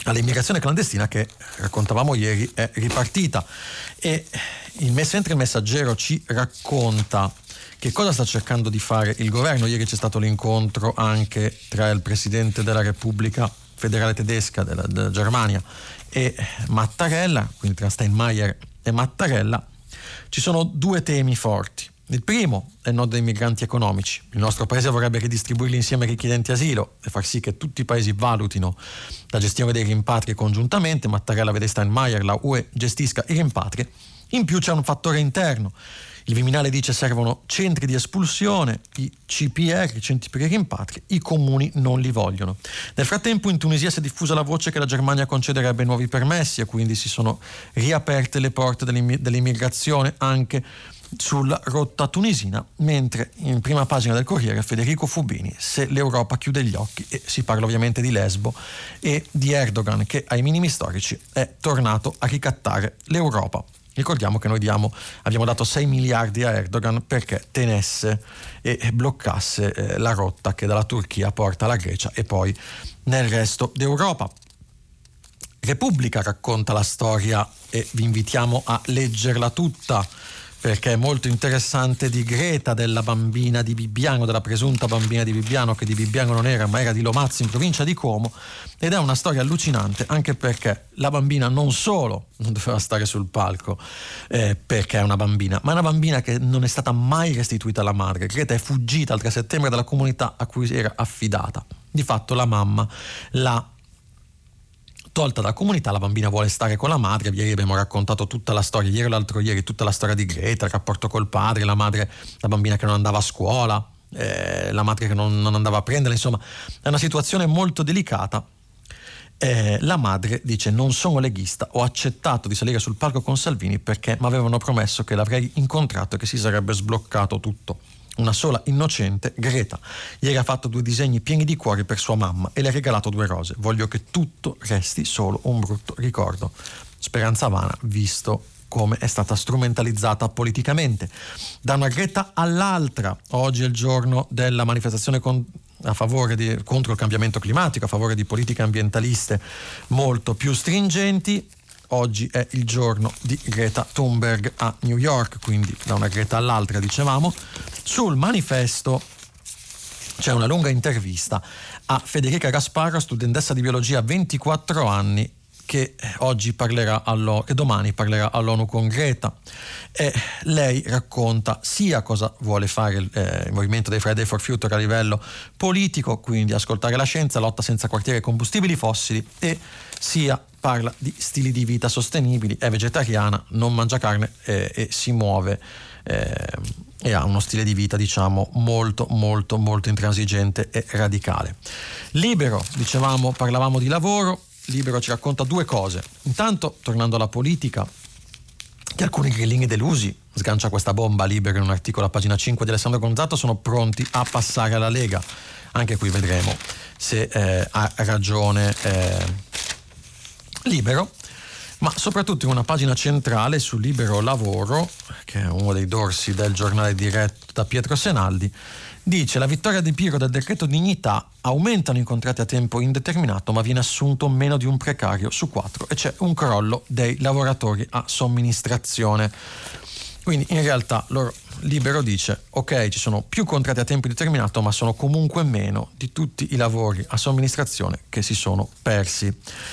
all'immigrazione clandestina che, raccontavamo ieri, è ripartita. E mentre il Messaggero ci racconta che cosa sta cercando di fare il governo, ieri c'è stato l'incontro anche tra il presidente della Repubblica Federale Tedesca della Germania e Mattarella, quindi tra Steinmeier e Mattarella. Ci sono due temi forti. Il primo è il nodo dei migranti economici. Il nostro paese vorrebbe ridistribuirli insieme ai richiedenti asilo e far sì che tutti i paesi valutino la gestione dei rimpatri congiuntamente. Mattarella vede Steinmeier, la UE gestisca i rimpatri. In più c'è un fattore interno. Il Viminale dice servono centri di espulsione, i CPR, i centri per i rimpatri, i comuni non li vogliono. Nel frattempo in Tunisia si è diffusa la voce che la Germania concederebbe nuovi permessi e quindi si sono riaperte le porte dell'immigrazione anche sulla rotta tunisina, mentre in prima pagina del Corriere Federico Fubini: se l'Europa chiude gli occhi, e si parla ovviamente di Lesbo e di Erdogan che ai minimi storici è tornato a ricattare l'Europa. Ricordiamo che noi abbiamo dato 6 miliardi a Erdogan perché tenesse e bloccasse la rotta che dalla Turchia porta alla Grecia e poi nel resto d'Europa. Repubblica racconta la storia e vi invitiamo a leggerla tutta, perché è molto interessante, di Greta, della bambina di Bibbiano, della presunta bambina di Bibbiano, che di Bibbiano non era, ma era di Lomazzo in provincia di Como, ed è una storia allucinante, anche perché la bambina non solo non doveva stare sul palco perché è una bambina, ma è una bambina che non è stata mai restituita alla madre. Greta è fuggita il 3 settembre dalla comunità a cui era affidata. Di fatto la mamma l'ha tolta dalla comunità, la bambina vuole stare con la madre. Ieri abbiamo raccontato tutta la storia, ieri o l'altro ieri, tutta la storia di Greta, il rapporto col padre, la madre, la bambina che non andava a scuola, la madre che non andava a prenderla, insomma è una situazione molto delicata. La madre dice: non sono leghista, ho accettato di salire sul palco con Salvini perché mi avevano promesso che l'avrei incontrato e che si sarebbe sbloccato tutto. Una sola innocente, Greta, ieri ha fatto 2 disegni pieni di cuori per sua mamma e le ha regalato 2 rose. Voglio che tutto resti solo un brutto ricordo. Speranza vana, visto come è stata strumentalizzata politicamente. Da una Greta all'altra, oggi è il giorno della manifestazione contro il cambiamento climatico, a favore di politiche ambientaliste molto più stringenti. Oggi è il giorno di Greta Thunberg a New York, quindi da una Greta all'altra, dicevamo. Sul Manifesto c'è una lunga intervista a Federica Gasparro, studentessa di biologia, 24 anni, che domani parlerà all'ONU con Greta, e lei racconta sia cosa vuole fare il movimento dei Friday for Future a livello politico, quindi ascoltare la scienza, lotta senza quartiere ai combustibili fossili, e sia parla di stili di vita sostenibili, è vegetariana, non mangia carne e si muove e ha uno stile di vita, diciamo, molto molto molto intransigente e radicale. Libero, dicevamo, parlavamo di lavoro. Libero ci racconta 2 cose. Intanto, tornando alla politica, che alcuni grillini delusi, sgancia questa bomba Libero in un articolo a pagina 5 di Alessandro Gonzato, sono pronti a passare alla Lega. Anche qui vedremo se ha ragione Libero, ma soprattutto in una pagina centrale su Libero Lavoro, che è uno dei dorsi del giornale diretto da Pietro Senaldi, dice: la vittoria di Pirro del decreto dignità, aumentano i contratti a tempo indeterminato ma viene assunto meno di un precario su 4 e c'è un crollo dei lavoratori a somministrazione. Quindi in realtà Libero dice: ok, ci sono più contratti a tempo indeterminato ma sono comunque meno di tutti i lavori a somministrazione che si sono persi.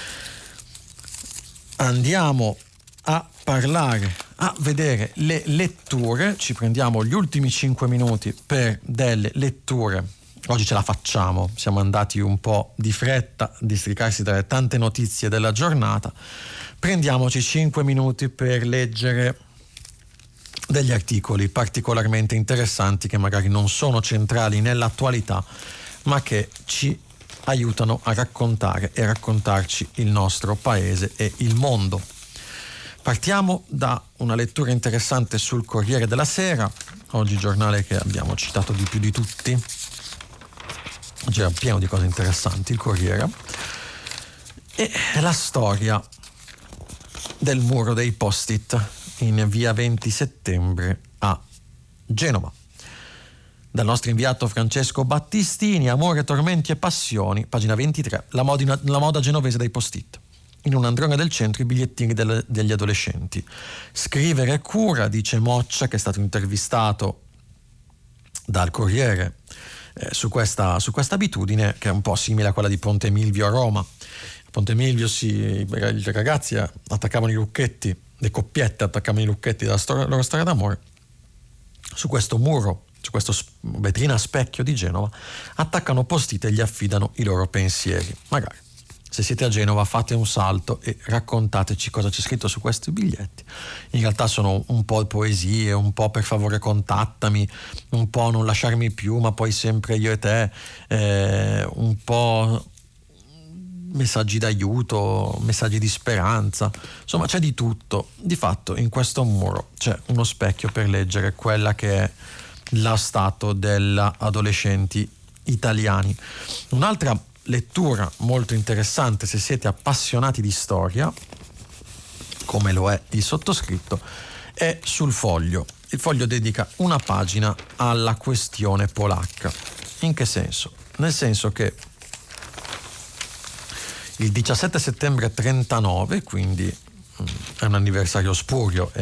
Andiamo a vedere le letture, ci prendiamo gli ultimi 5 minuti per delle letture. Oggi ce la facciamo, siamo andati un po' di fretta, districarsi dalle tante notizie della giornata. Prendiamoci 5 minuti per leggere degli articoli particolarmente interessanti che magari non sono centrali nell'attualità, ma che ci aiutano a raccontare e raccontarci il nostro paese e il mondo. Partiamo da una lettura interessante sul Corriere della Sera, oggi giornale che abbiamo citato di più di tutti, oggi era pieno di cose interessanti il Corriere, e la storia del muro dei post-it in via 20 settembre a Genova. Dal nostro inviato Francesco Battistini, Amore, tormenti e passioni, pagina 23, la moda genovese dai post-it. In un androne del centro i bigliettini degli adolescenti. Scrivere cura, dice Moccia, che è stato intervistato dal Corriere su questa abitudine, che è un po' simile a quella di Ponte Milvio a Roma. A Ponte Milvio i ragazzi attaccavano i lucchetti, le coppiette attaccavano i lucchetti della loro storia d'amore. Su questo muro, su questa vetrina a specchio di Genova, attaccano post-it e gli affidano i loro pensieri. Magari, se siete a Genova, fate un salto e raccontateci cosa c'è scritto su questi biglietti. In realtà sono un po' poesie, un po' per favore contattami, un po' non lasciarmi più, ma poi sempre io e te, un po' messaggi d'aiuto, messaggi di speranza, insomma c'è di tutto. Di fatto in questo muro c'è uno specchio per leggere quella che è lo stato degli adolescenti italiani. Un'altra lettura molto interessante, se siete appassionati di storia, come lo è il sottoscritto, è sul Foglio. Il Foglio dedica una pagina alla questione polacca. In che senso? Nel senso che il 17 settembre 39, quindi è un anniversario spurio,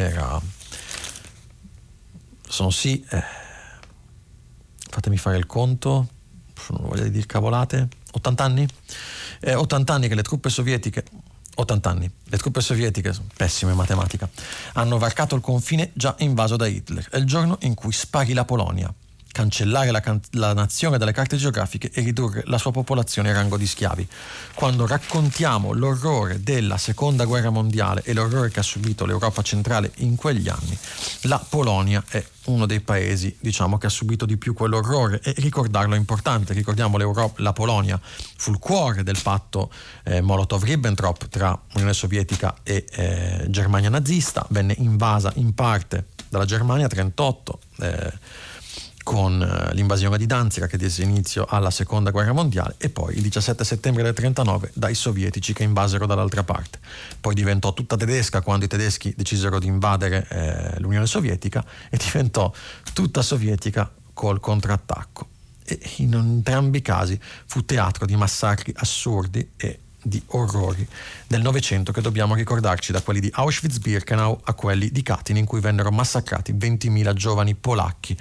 fatemi fare il conto, non voglio dire cavolate, 80 anni? 80 anni che le truppe sovietiche, pessime in matematica, hanno varcato il confine già invaso da Hitler. È il giorno in cui sparì la Polonia. Cancellare la nazione dalle carte geografiche e ridurre la sua popolazione a rango di schiavi. Quando raccontiamo l'orrore della seconda guerra mondiale e l'orrore che ha subito l'Europa centrale in quegli anni, la Polonia è uno dei paesi, diciamo, che ha subito di più quell'orrore, e ricordarlo è importante. Ricordiamo la Polonia fu il cuore del patto Molotov-Ribbentrop tra Unione Sovietica e Germania nazista. Venne invasa in parte dalla Germania 1938 con l'invasione di Danzica, che diede inizio alla seconda guerra mondiale, e poi il 17 settembre del 1939 dai sovietici, che invasero dall'altra parte. Poi diventò tutta tedesca quando i tedeschi decisero di invadere l'Unione Sovietica, e diventò tutta sovietica col contrattacco. E in entrambi i casi fu teatro di massacri assurdi e di orrori del Novecento, che dobbiamo ricordarci, da quelli di Auschwitz-Birkenau a quelli di Katyn, in cui vennero massacrati 20.000 giovani polacchi.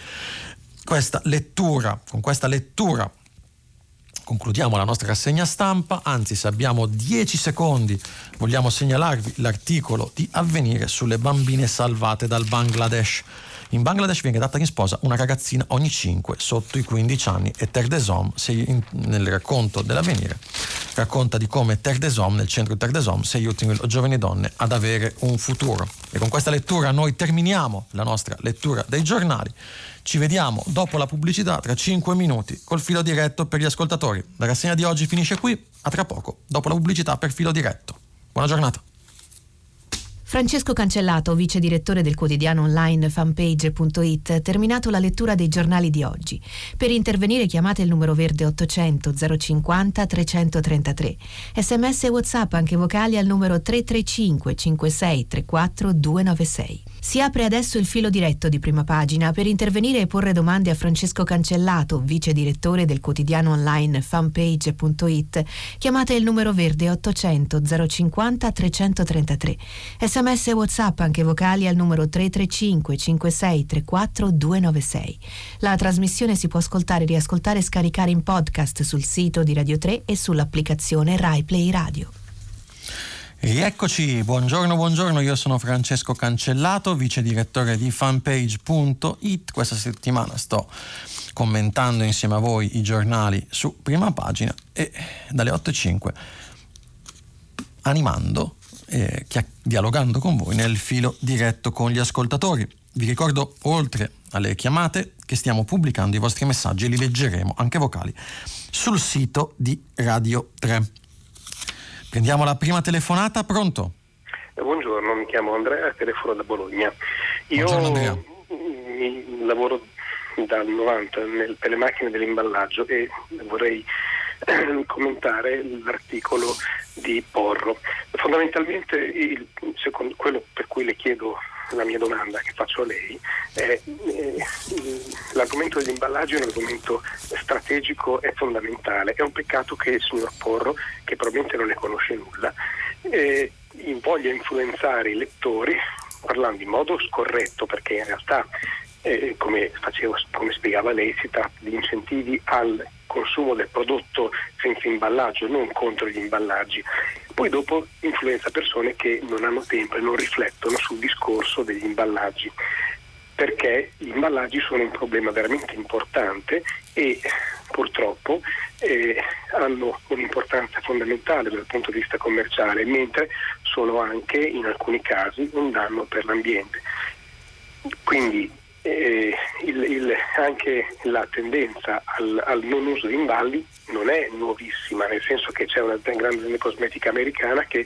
Con questa lettura concludiamo la nostra rassegna stampa. Anzi, se abbiamo 10 secondi, vogliamo segnalarvi l'articolo di Avvenire sulle bambine salvate dal Bangladesh. In Bangladesh viene data in sposa una ragazzina ogni 5 sotto i 15 anni, e Terre des Hommes, nel racconto dell'Avvenire, racconta di come Terre des Hommes, nel centro di Terre des Hommes, si aiutino le giovani donne ad avere un futuro. E con questa lettura noi terminiamo la nostra lettura dei giornali. Ci vediamo dopo la pubblicità tra 5 minuti col filo diretto per gli ascoltatori. La rassegna di oggi finisce qui, a tra poco, dopo la pubblicità per filo diretto. Buona giornata. Francesco Cancellato, vice direttore del quotidiano online Fanpage.it, terminato la lettura dei giornali di oggi. Per intervenire chiamate il numero verde 800 050 333. SMS e WhatsApp anche vocali al numero 335 56 34 296. Si apre adesso il filo diretto di Prima Pagina. Per intervenire e porre domande a Francesco Cancellato, vice direttore del quotidiano online Fanpage.it, chiamate il numero verde 800 050 333. SMS e WhatsApp anche vocali al numero 335 56 34 296. La trasmissione si può ascoltare, riascoltare e scaricare in podcast sul sito di Radio 3 e sull'applicazione Rai Play Radio. Rieccoci, buongiorno, io sono Francesco Cancellato, vice direttore di Fanpage.it. Questa settimana sto commentando insieme a voi i giornali su Prima Pagina, e dalle 8:05 animando dialogando con voi nel filo diretto con gli ascoltatori. Vi ricordo, oltre alle chiamate, che stiamo pubblicando i vostri messaggi, e li leggeremo anche vocali sul sito di Radio 3. Prendiamo la prima telefonata. Pronto? Buongiorno, mi chiamo Andrea, telefono da Bologna. Buongiorno Andrea. Lavoro dal 90 per le macchine dell'imballaggio, e vorrei commentare l'articolo di Porro. Fondamentalmente, secondo quello per cui le chiedo la mia domanda che faccio a lei è l'argomento degli imballaggi è un argomento strategico e fondamentale. È un peccato che il signor Porro, che probabilmente non ne conosce nulla, voglia influenzare i lettori parlando in modo scorretto, perché in realtà come spiegava lei, si tratta di incentivi al consumo del prodotto senza imballaggio, non contro gli imballaggi. Poi dopo influenza persone che non hanno tempo e non riflettono sul discorso degli imballaggi, perché gli imballaggi sono un problema veramente importante e purtroppo hanno un'importanza fondamentale dal punto di vista commerciale, mentre sono anche in alcuni casi un danno per l'ambiente. Quindi anche la tendenza al non uso di imballi non è nuovissima, nel senso che c'è una grande cosmetica americana che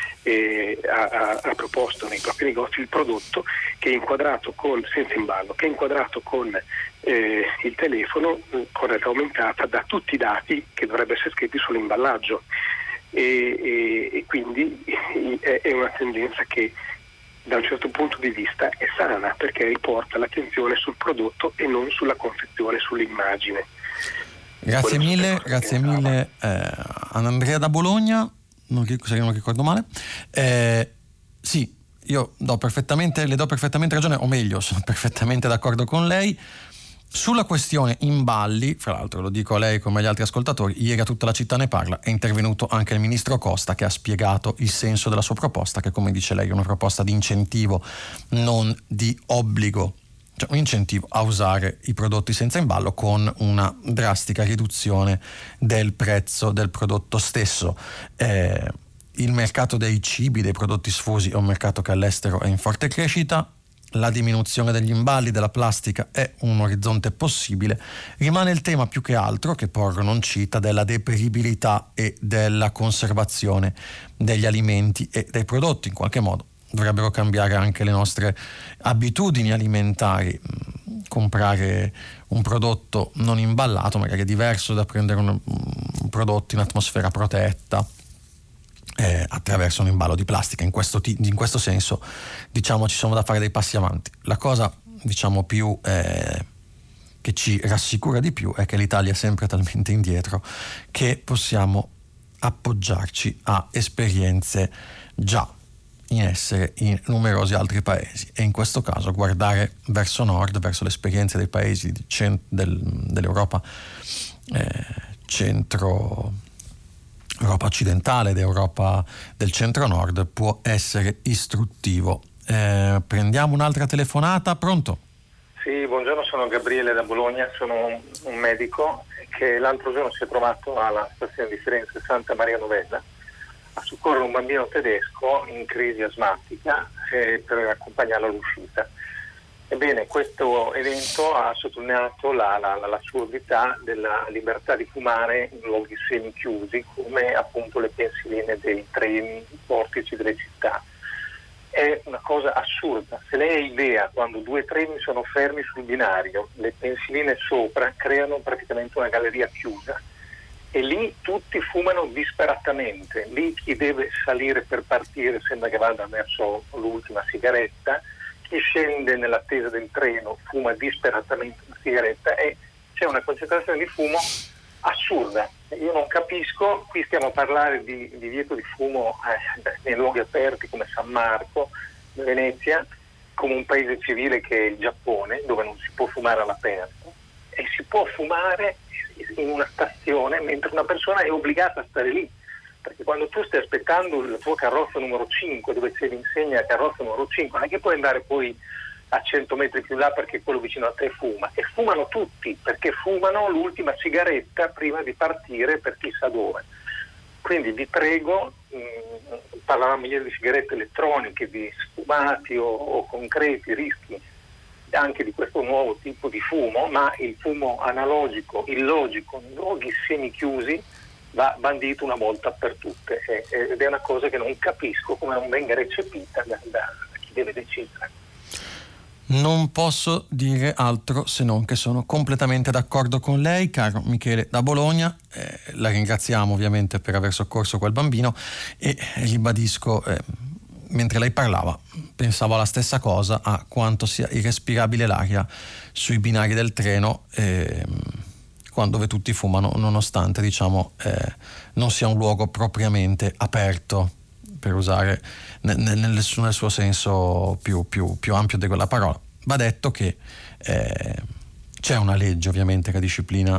ha proposto nei propri negozi il prodotto che è inquadrato senza imballo, che è inquadrato con il telefono con realtà aumentata, da tutti i dati che dovrebbero essere scritti sull'imballaggio, e quindi è una tendenza che da un certo punto di vista è sana, perché riporta l'attenzione sul prodotto e non sulla confezione, sull'immagine. Grazie mille Andrea da Bologna, se non ricordo male. Sì, io le do perfettamente ragione, o meglio, sono perfettamente d'accordo con lei. Sulla questione imballi, fra l'altro lo dico a lei come agli altri ascoltatori, ieri a Tutta la città ne parla, è intervenuto anche il ministro Costa, che ha spiegato il senso della sua proposta, che come dice lei è una proposta di incentivo, non di obbligo, cioè un incentivo a usare i prodotti senza imballo con una drastica riduzione del prezzo del prodotto stesso. Il mercato dei cibi, dei prodotti sfusi, è un mercato che all'estero è in forte crescita. La diminuzione degli imballi, della plastica, è un orizzonte possibile. Rimane il tema più che altro, che Porro non cita, della deperibilità e della conservazione degli alimenti e dei prodotti. In qualche modo dovrebbero cambiare anche le nostre abitudini alimentari. Comprare un prodotto non imballato magari è diverso da prendere un prodotto in atmosfera protetta attraverso un imballo di plastica. In questo senso, diciamo, ci sono da fare dei passi avanti. La cosa, diciamo, più che ci rassicura di più è che l'Italia è sempre talmente indietro che possiamo appoggiarci a esperienze già in essere in numerosi altri paesi, e in questo caso guardare verso nord, verso le esperienze dei paesi dell'Europa Europa occidentale ed Europa del centro-nord può essere istruttivo. Prendiamo un'altra telefonata. Pronto? Sì, buongiorno, sono Gabriele da Bologna, sono un medico che l'altro giorno si è trovato alla stazione di Firenze Santa Maria Novella a soccorrere un bambino tedesco in crisi asmatica per accompagnarlo all'uscita. Ebbene, questo evento ha sottolineato l'assurdità della libertà di fumare in luoghi semichiusi, come appunto le pensiline dei treni, i portici delle città. È una cosa assurda. Se lei ha idea, quando due treni sono fermi sul binario, le pensiline sopra creano praticamente una galleria chiusa, e lì tutti fumano disperatamente. Lì chi deve salire per partire sembra che vada verso l'ultima sigaretta, chi scende nell'attesa del treno fuma disperatamente una sigaretta, e c'è una concentrazione di fumo assurda. Io non capisco, qui stiamo a parlare di divieto di fumo nei luoghi aperti come San Marco, Venezia, come un paese civile che è il Giappone, dove non si può fumare all'aperto, e si può fumare in una stazione mentre una persona è obbligata a stare lì. Perché quando tu stai aspettando il tuo carrozza numero 5, dove c'è l'insegna carrozza numero 5, non è che puoi andare poi a 100 metri più là perché quello vicino a te fuma. E fumano tutti, perché fumano l'ultima sigaretta prima di partire per chissà dove. Quindi vi prego, parlavamo ieri di sigarette elettroniche, di sfumati o concreti rischi anche di questo nuovo tipo di fumo, ma il fumo analogico, illogico, in luoghi semichiusi, va bandito una volta per tutte, ed è una cosa che non capisco come non venga recepita da chi deve decidere. Non posso dire altro se non che sono completamente d'accordo con lei, caro Michele da Bologna. La ringraziamo ovviamente per aver soccorso quel bambino, e ribadisco, mentre lei parlava, pensavo alla stessa cosa, a quanto sia irrespirabile l'aria sui binari del treno dove tutti fumano, nonostante non sia un luogo propriamente aperto, per usare nel suo senso più ampio di quella parola. Va detto che c'è una legge ovviamente che disciplina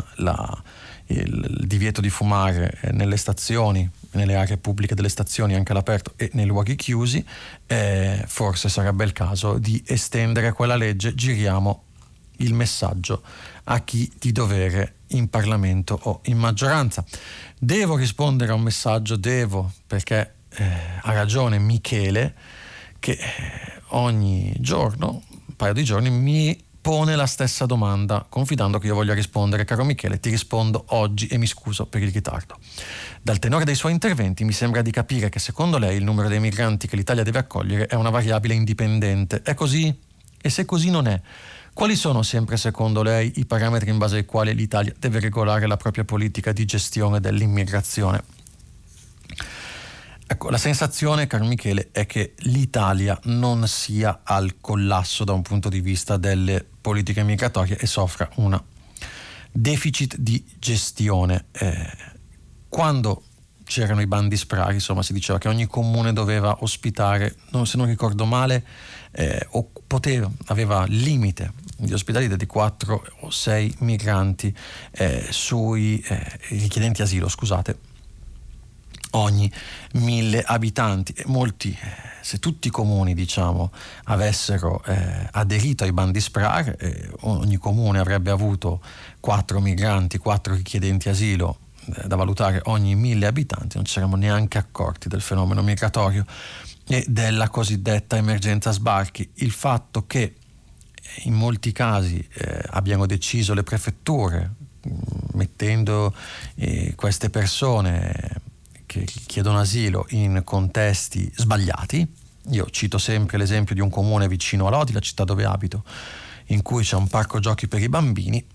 il divieto di fumare nelle stazioni, nelle aree pubbliche delle stazioni, anche all'aperto e nei luoghi chiusi. Forse sarebbe il caso di estendere quella legge. Giriamo il messaggio a chi di dovere in Parlamento o in maggioranza. Devo rispondere a un messaggio, perché ha ragione Michele, che ogni giorno, un paio di giorni, mi pone la stessa domanda, confidando che io voglia rispondere. Caro Michele, ti rispondo oggi e mi scuso per il ritardo. Dal tenore dei suoi interventi mi sembra di capire che secondo lei il numero dei migranti che l'Italia deve accogliere è una variabile indipendente. È così? E se così non è, quali sono sempre secondo lei i parametri in base ai quali l'Italia deve regolare la propria politica di gestione dell'immigrazione? Ecco, la sensazione, caro Michele, è che l'Italia non sia al collasso da un punto di vista delle politiche migratorie e soffra un deficit di gestione. Quando c'erano i bandi SPRAR, insomma, si diceva che ogni comune doveva ospitare, se non ricordo male, aveva limite di ospitalità di 4 o 6 migranti sui richiedenti asilo, scusate, ogni 1000 abitanti. E molti, se tutti i comuni avessero aderito ai bandi SPRAR, ogni comune avrebbe avuto 4 migranti, 4 richiedenti asilo da valutare ogni 1000 abitanti. Non ci saremmo neanche accorti del fenomeno migratorio e della cosiddetta emergenza sbarchi. Il fatto che in molti casi abbiano deciso le prefetture, mettendo queste persone che chiedono asilo in contesti sbagliati. Io cito sempre l'esempio di un comune vicino a Lodi, la città dove abito, in cui c'è un parco giochi per i bambini,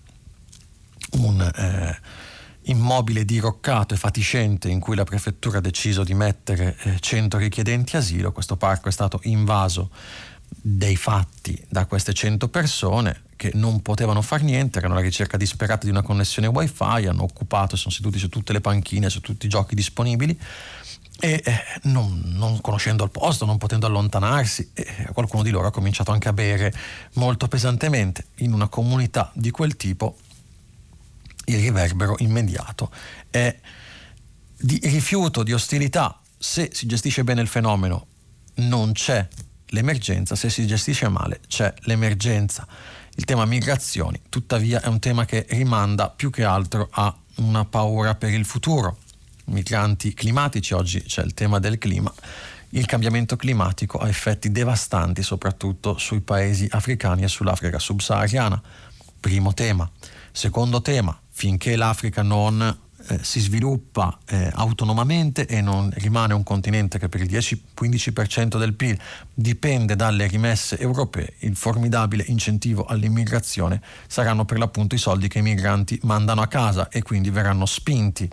un immobile diroccato e fatiscente in cui la prefettura ha deciso di mettere 100 richiedenti asilo. Questo parco è stato invaso dei fatti da queste 100 persone che non potevano far niente, erano alla ricerca disperata di una connessione wifi, hanno occupato, sono seduti su tutte le panchine, su tutti i giochi disponibili e non conoscendo il posto, non potendo allontanarsi, qualcuno di loro ha cominciato anche a bere molto pesantemente. In una comunità di quel tipo il riverbero immediato è di rifiuto, di ostilità. Se si gestisce bene il fenomeno non c'è l'emergenza, se si gestisce male c'è l'emergenza. Il tema migrazioni, tuttavia, è un tema che rimanda più che altro a una paura per il futuro. Migranti climatici, oggi c'è il tema del clima. Il cambiamento climatico ha effetti devastanti soprattutto sui paesi africani e sull'Africa subsahariana. Primo tema. Secondo tema, finché l'Africa non si sviluppa autonomamente e non rimane un continente che per il 10-15% del PIL dipende dalle rimesse europee, il formidabile incentivo all'immigrazione saranno per l'appunto i soldi che i migranti mandano a casa, e quindi verranno spinti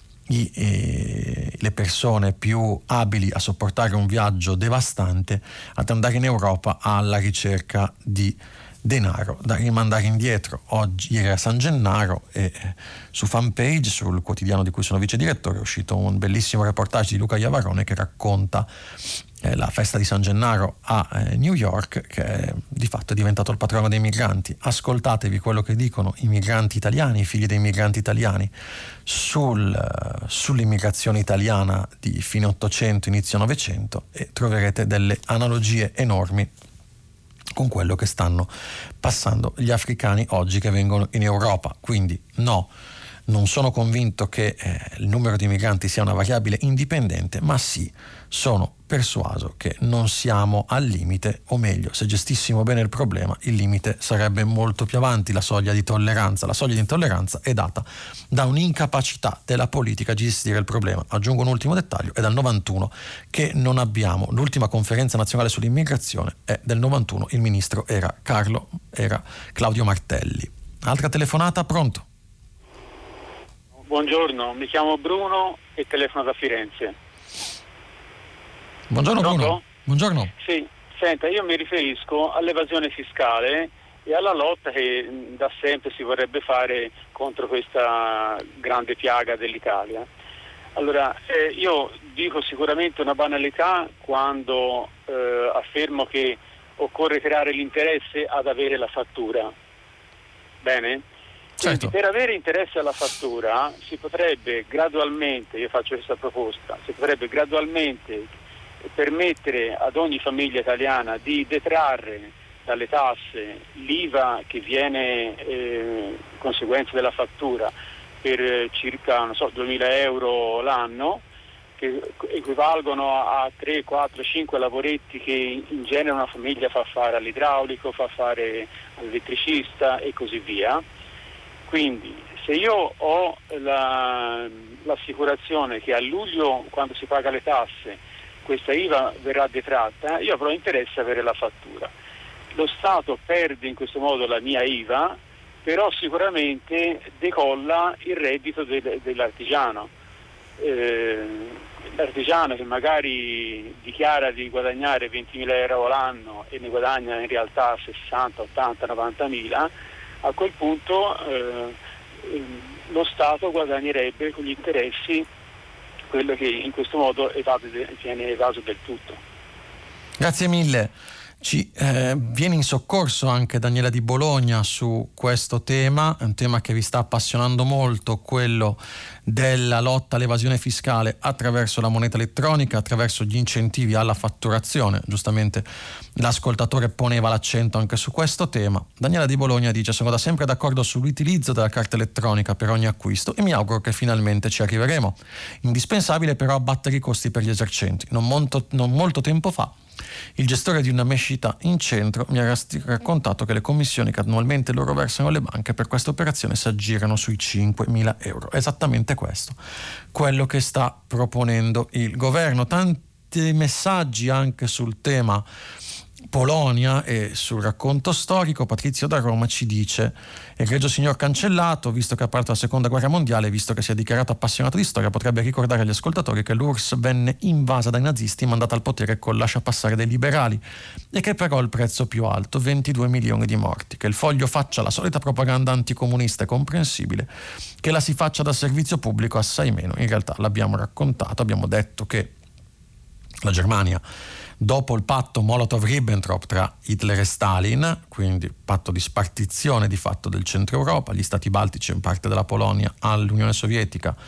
le persone più abili a sopportare un viaggio devastante ad andare in Europa alla ricerca di denaro da rimandare indietro. Ieri era San Gennaro e su Fanpage, sul quotidiano di cui sono vice direttore, è uscito un bellissimo reportage di Luca Iavarone che racconta la festa di San Gennaro a New York, che di fatto è diventato il patrono dei migranti. Ascoltatevi quello che dicono i migranti italiani, i figli dei migranti italiani sull'immigrazione italiana di fine 800, inizio 900, e troverete delle analogie enormi con quello che stanno passando gli africani oggi che vengono in Europa. Quindi no, non sono convinto che il numero di migranti sia una variabile indipendente, ma sì, sono persuaso che non siamo al limite, o meglio, se gestissimo bene il problema, il limite sarebbe molto più avanti, la soglia di tolleranza. La soglia di intolleranza è data da un'incapacità della politica di gestire il problema. Aggiungo un ultimo dettaglio: è dal 91 che non abbiamo l'ultima conferenza nazionale sull'immigrazione, è del 91, il ministro era Claudio Martelli. Altra telefonata, pronto? Buongiorno, mi chiamo Bruno e telefono da Firenze. Buongiorno. Pronto? Bruno. Buongiorno. Sì, Senta, io mi riferisco all'evasione fiscale e alla lotta che da sempre si vorrebbe fare contro questa grande piaga dell'Italia. Allora, io dico sicuramente una banalità quando affermo che occorre creare l'interesse ad avere la fattura. Bene? Certo. Quindi per avere interesse alla fattura si potrebbe gradualmente, io faccio questa proposta, si potrebbe gradualmente permettere ad ogni famiglia italiana di detrarre dalle tasse l'IVA che viene conseguenza della fattura per circa 2.000 euro l'anno, che equivalgono a 3, 4, 5 lavoretti che in genere una famiglia fa fare all'idraulico, fa fare all'elettricista e così via. Quindi se io ho l'assicurazione che a luglio, quando si paga le tasse, questa IVA verrà detratta, io avrò interesse a avere la fattura. Lo Stato perde in questo modo la mia IVA, però sicuramente decolla il reddito dell'artigiano. L'artigiano che magari dichiara di guadagnare 20.000 euro l'anno e ne guadagna in realtà 60, 80, 90.000, a quel punto lo Stato guadagnerebbe con gli interessi quello che in questo modo viene evaso del tutto. Grazie mille. Ci viene in soccorso anche Daniela di Bologna su questo tema, è un tema che vi sta appassionando molto, quello della lotta all'evasione fiscale attraverso la moneta elettronica, attraverso gli incentivi alla fatturazione. Giustamente l'ascoltatore poneva l'accento anche su questo tema. Daniela di Bologna dice: sono da sempre d'accordo sull'utilizzo della carta elettronica per ogni acquisto e mi auguro che finalmente ci arriveremo. Indispensabile però abbattere i costi per gli esercenti. Non molto tempo fa il gestore di una mescita in centro mi ha raccontato che le commissioni che annualmente loro versano alle banche per questa operazione si aggirano sui 5.000 euro. Esattamente questo, quello che sta proponendo il governo. Tanti messaggi anche sul tema Polonia e sul racconto storico. Patrizio da Roma ci dice: egregio signor Cancellato, visto che ha aperto la seconda guerra mondiale, visto che si è dichiarato appassionato di storia, potrebbe ricordare agli ascoltatori che l'URSS venne invasa dai nazisti e mandata al potere col lasciapassare dei liberali e che pagò il prezzo più alto, 22 milioni di morti. Che il Foglio faccia la solita propaganda anticomunista è comprensibile, che la si faccia da servizio pubblico assai meno. In realtà l'abbiamo raccontato, abbiamo detto che la Germania, dopo il patto Molotov-Ribbentrop tra Hitler e Stalin, quindi patto di spartizione di fatto del centro Europa, gli stati baltici e parte della Polonia all'Unione Sovietica,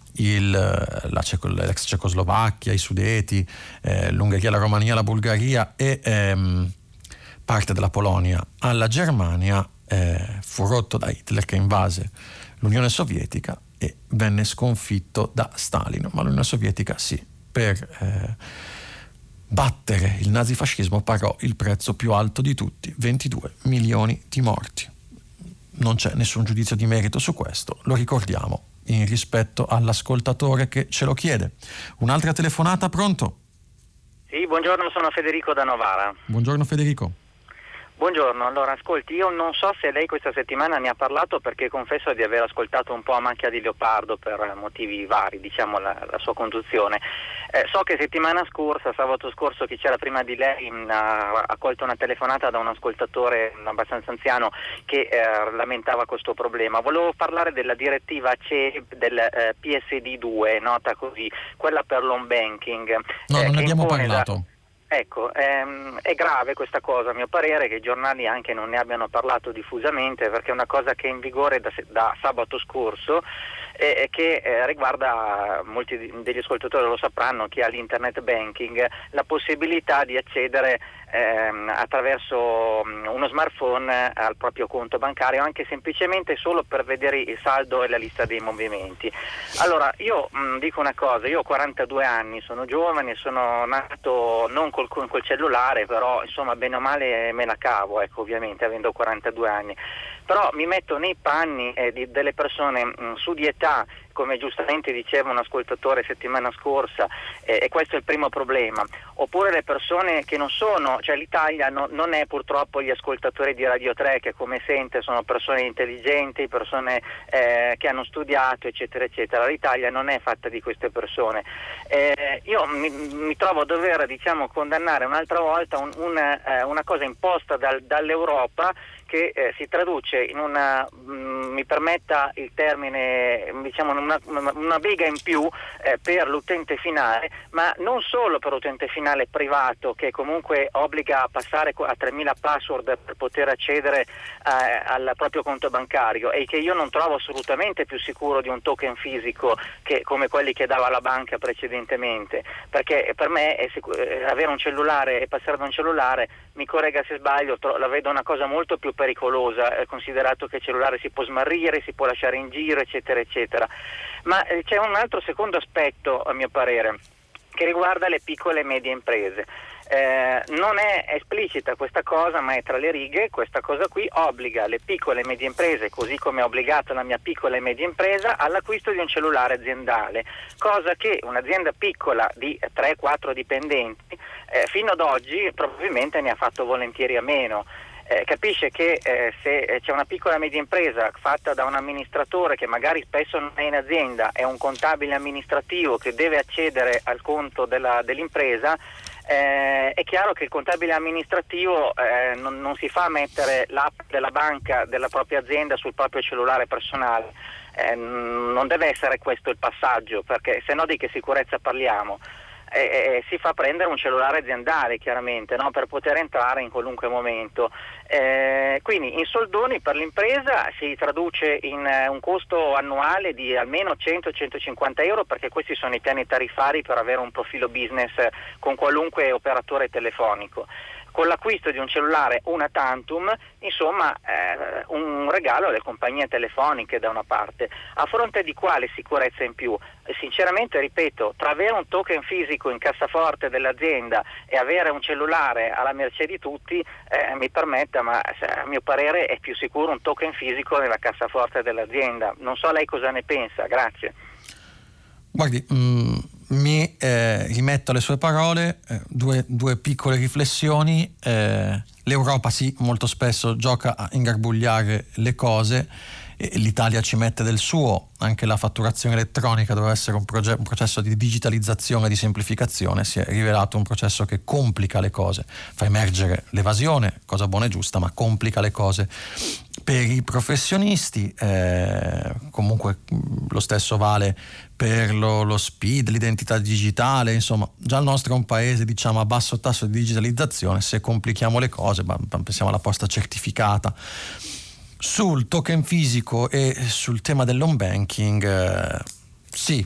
l'ex Cecoslovacchia, i Sudeti, l'Ungheria, la Romania, la Bulgaria e parte della Polonia alla Germania, fu rotto da Hitler che invase l'Unione Sovietica e venne sconfitto da Stalin, ma l'Unione Sovietica per battere il nazifascismo pagò il prezzo più alto di tutti, 22 milioni di morti. Non c'è nessun giudizio di merito su questo, lo ricordiamo in rispetto all'ascoltatore che ce lo chiede. Un'altra telefonata, pronto? Sì, buongiorno, sono Federico da Novara. Buongiorno Federico. Buongiorno, allora ascolti, io non so se lei questa settimana ne ha parlato, perché confesso di aver ascoltato un po' a macchia di leopardo per motivi vari, diciamo la sua conduzione. So che settimana scorsa, sabato scorso, chi c'era prima di lei ha colto una telefonata da un ascoltatore abbastanza anziano che lamentava questo problema. Volevo parlare della direttiva CE del PSD2, nota così, quella per l'home banking. No, non ne abbiamo parlato. Ecco, è grave questa cosa, a mio parere, che i giornali anche non ne abbiano parlato diffusamente, perché è una cosa che è in vigore da sabato scorso e che riguarda, molti degli ascoltatori lo sapranno, chi ha l'internet banking, la possibilità di accedere attraverso uno smartphone al proprio conto bancario, anche semplicemente solo per vedere il saldo e la lista dei movimenti. Allora, io dico una cosa, io ho 42 anni, sono giovane, sono nato non col cellulare, però insomma bene o male me la cavo, ecco, ovviamente avendo 42 anni. Però mi metto nei panni delle persone su di età come giustamente diceva un ascoltatore settimana scorsa, e questo è il primo problema. Oppure le persone che non sono, cioè l'Italia non è purtroppo gli ascoltatori di Radio 3 che come sente sono persone intelligenti, persone che hanno studiato, eccetera eccetera. L'Italia non è fatta di queste persone. Io mi trovo a dover, diciamo, condannare un'altra volta una cosa imposta dall'Europa che si traduce in una, mi permetta il termine, diciamo una bega in più per l'utente finale, ma non solo per l'utente finale privato che comunque obbliga a passare a 3.000 password per poter accedere al proprio conto bancario, e che io non trovo assolutamente più sicuro di un token fisico che come quelli che dava la banca precedentemente, perché per me avere un cellulare e passare da un cellulare, mi corregga se sbaglio, la vedo una cosa molto più pericolosa, considerato che il cellulare si può smarrire, si può lasciare in giro, eccetera eccetera. Ma c'è un altro secondo aspetto, a mio parere, che riguarda le piccole e medie imprese. Non è esplicita questa cosa, ma è tra le righe. Questa cosa qui obbliga le piccole e medie imprese, così come è obbligata la mia piccola e media impresa, all'acquisto di un cellulare aziendale, cosa che un'azienda piccola di 3-4 dipendenti fino ad oggi probabilmente ne ha fatto volentieri a meno. Capisce che se c'è una piccola e media impresa fatta da un amministratore che magari spesso non è in azienda, è un contabile amministrativo che deve accedere al conto dell'impresa, è chiaro che il contabile amministrativo non si fa mettere l'app della banca della propria azienda sul proprio cellulare personale. Non deve essere questo il passaggio, perché se no di che sicurezza parliamo? Si fa prendere un cellulare aziendale, chiaramente, no? Per poter entrare in qualunque momento. Quindi in soldoni per l'impresa si traduce in un costo annuale di almeno 100-150 euro, perché questi sono i piani tariffari per avere un profilo business con qualunque operatore telefonico. Con l'acquisto di un cellulare una tantum, insomma, un regalo alle compagnie telefoniche da una parte, a fronte di quale sicurezza in più? Sinceramente, ripeto, tra avere un token fisico in cassaforte dell'azienda e avere un cellulare alla mercé di tutti, mi permetta, ma a mio parere è più sicuro un token fisico nella cassaforte dell'azienda. Non so lei cosa ne pensa, grazie. Guardi, mi rimetto alle sue parole, due piccole riflessioni. L'Europa sì, molto spesso gioca a ingarbugliare le cose, e l'Italia ci mette del suo. Anche la fatturazione elettronica doveva essere un processo di digitalizzazione e di semplificazione, si è rivelato un processo che complica le cose, fa emergere l'evasione, cosa buona e giusta, ma complica le cose per i professionisti. Comunque lo stesso vale per lo SPID, l'identità digitale. Insomma, già il nostro è un paese, diciamo, a basso tasso di digitalizzazione. Se complichiamo le cose, pensiamo alla posta certificata. Sul token fisico e sul tema dell'home banking, sì,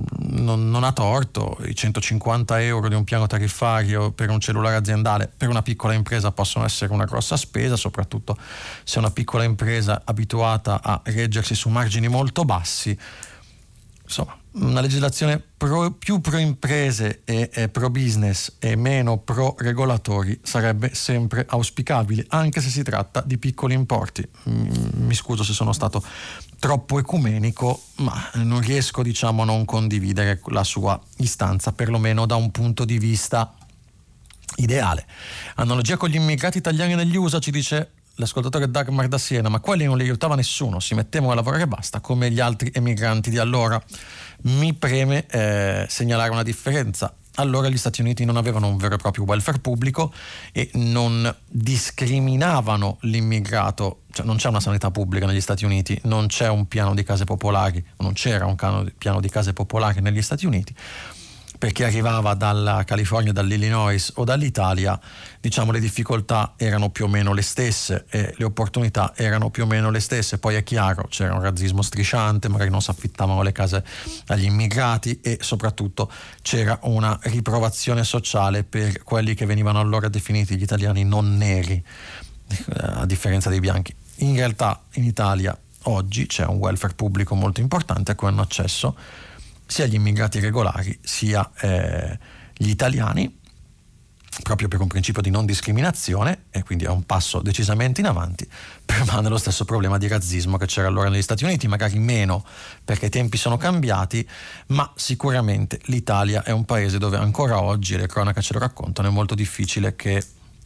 non ha torto. I 150 euro di un piano tariffario per un cellulare aziendale per una piccola impresa possono essere una grossa spesa, soprattutto se è una piccola impresa abituata a reggersi su margini molto bassi. Insomma, una legislazione più pro imprese e pro business e meno pro regolatori sarebbe sempre auspicabile, anche se si tratta di piccoli importi. Mi scuso se sono stato troppo ecumenico, ma non riesco, diciamo, a non condividere la sua istanza, perlomeno da un punto di vista ideale. Analogia con gli immigrati italiani negli USA, ci dice l'ascoltatore Dagmar da Siena, ma quelli non li aiutava nessuno, si mettevano a lavorare e basta, come gli altri emigranti di allora. Mi preme segnalare una differenza. Allora gli Stati Uniti non avevano un vero e proprio welfare pubblico e non discriminavano l'immigrato, cioè non c'è una sanità pubblica negli Stati Uniti, non c'è un piano di case popolari, non c'era un piano di case popolari negli Stati Uniti. Per chi arrivava dalla California, dall'Illinois o dall'Italia, diciamo, le difficoltà erano più o meno le stesse e le opportunità erano più o meno le stesse. Poi è chiaro, c'era un razzismo strisciante, magari non si affittavano le case agli immigrati e soprattutto c'era una riprovazione sociale per quelli che venivano allora definiti gli italiani non neri, a differenza dei bianchi. In realtà in Italia oggi c'è un welfare pubblico molto importante a cui hanno accesso sia gli immigrati regolari sia gli italiani, proprio per un principio di non discriminazione, e quindi è un passo decisamente in avanti. Permane lo stesso problema di razzismo che c'era allora negli Stati Uniti, magari meno perché i tempi sono cambiati, ma sicuramente l'Italia è un paese dove ancora oggi, e le cronache ce lo raccontano, è molto difficile che